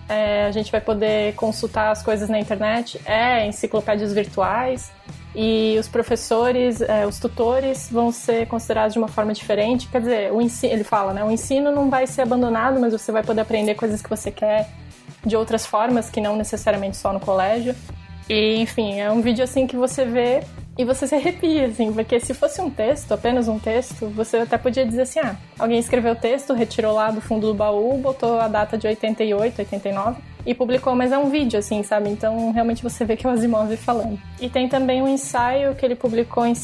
A gente vai poder consultar as coisas na internet, enciclopédias virtuais, e os professores, os tutores vão ser considerados de uma forma diferente. Quer dizer, ele fala, né? O ensino não vai ser abandonado, mas você vai poder aprender coisas que você quer de outras formas, que não necessariamente só no colégio. E, enfim, é um vídeo assim que você vê e você se arrepia, assim, porque se fosse um texto, apenas um texto, você até podia dizer assim, alguém escreveu o texto, retirou lá do fundo do baú, botou a data de 88, 89 e publicou, mas é um vídeo, assim, sabe? Então, realmente você vê que é o Asimov falando. E tem também um ensaio que ele publicou em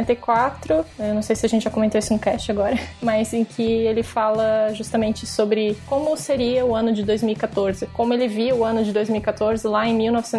64, eu não sei se a gente já comentou isso no cast agora, mas em que ele fala justamente sobre como seria o ano de 2014, como ele via o ano de 2014 lá em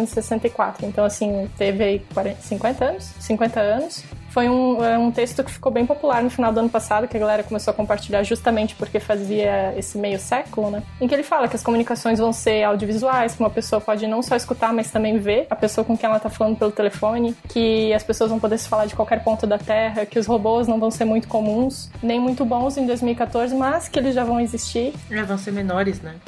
1964. Então, assim, teve aí 50 anos. Foi um texto que ficou bem popular no final do ano passado, que a galera começou a compartilhar justamente porque fazia esse meio século, né? Em que ele fala que as comunicações vão ser audiovisuais, que uma pessoa pode não só escutar, mas também ver a pessoa com quem ela tá falando pelo telefone, que as pessoas vão poder se falar de qualquer ponto da Terra, que os robôs não vão ser muito comuns, nem muito bons em 2014, mas que eles já vão existir. Vão ser menores, né?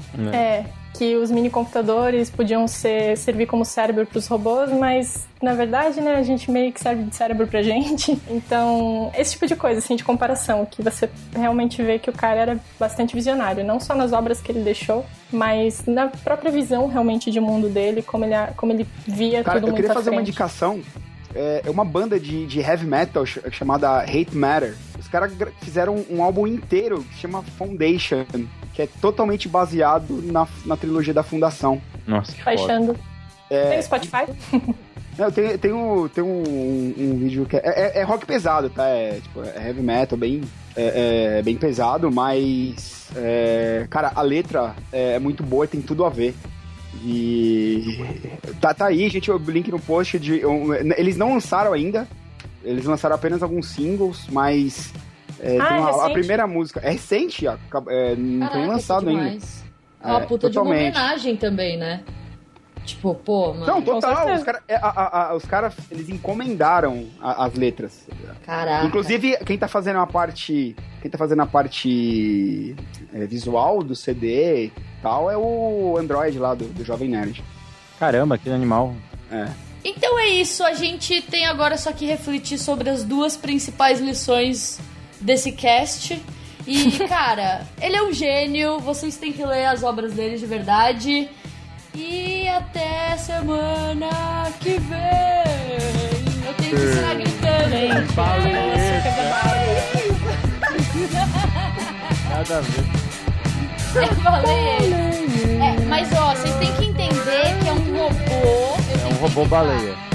Que os mini-computadores podiam servir como cérebro para os robôs, mas, na verdade, né, a gente meio que serve de cérebro pra gente. Então, esse tipo de coisa, assim, de comparação, que você realmente vê que o cara era bastante visionário, não só nas obras que ele deixou, mas na própria visão, realmente, de mundo dele, como ele via tudo muito à frente. Eu queria fazer uma indicação. É uma banda de heavy metal chamada Hate Matter. Os caras fizeram um álbum inteiro que se chama Foundation, que é totalmente baseado na trilogia da Fundação. Nossa, que foda. Tem Spotify? Não, tem um vídeo que é rock pesado, tá? É heavy metal, bem pesado, mas cara, a letra é muito boa e tem tudo a ver. E tá aí, gente, o link no post eles não lançaram ainda, eles lançaram apenas alguns singles, mas tem a primeira música é recente, não tem lançado ainda. Uma puta de uma homenagem também, né? Tipo, pô, mano. Não, total. Os caras, eles encomendaram as letras. Caraca. Inclusive, quem tá fazendo a parte visual do CD e tal é o Android lá do Jovem Nerd. Caramba, que animal. Então é isso, a gente tem agora só que refletir sobre as duas principais lições desse cast. E, cara, ele é um gênio, vocês têm que ler as obras dele de verdade. E até semana que vem. Eu tenho que ensinar gritando. Nada a ver. Mas ó, vocês têm que entender que é um robô. É um robô baleia.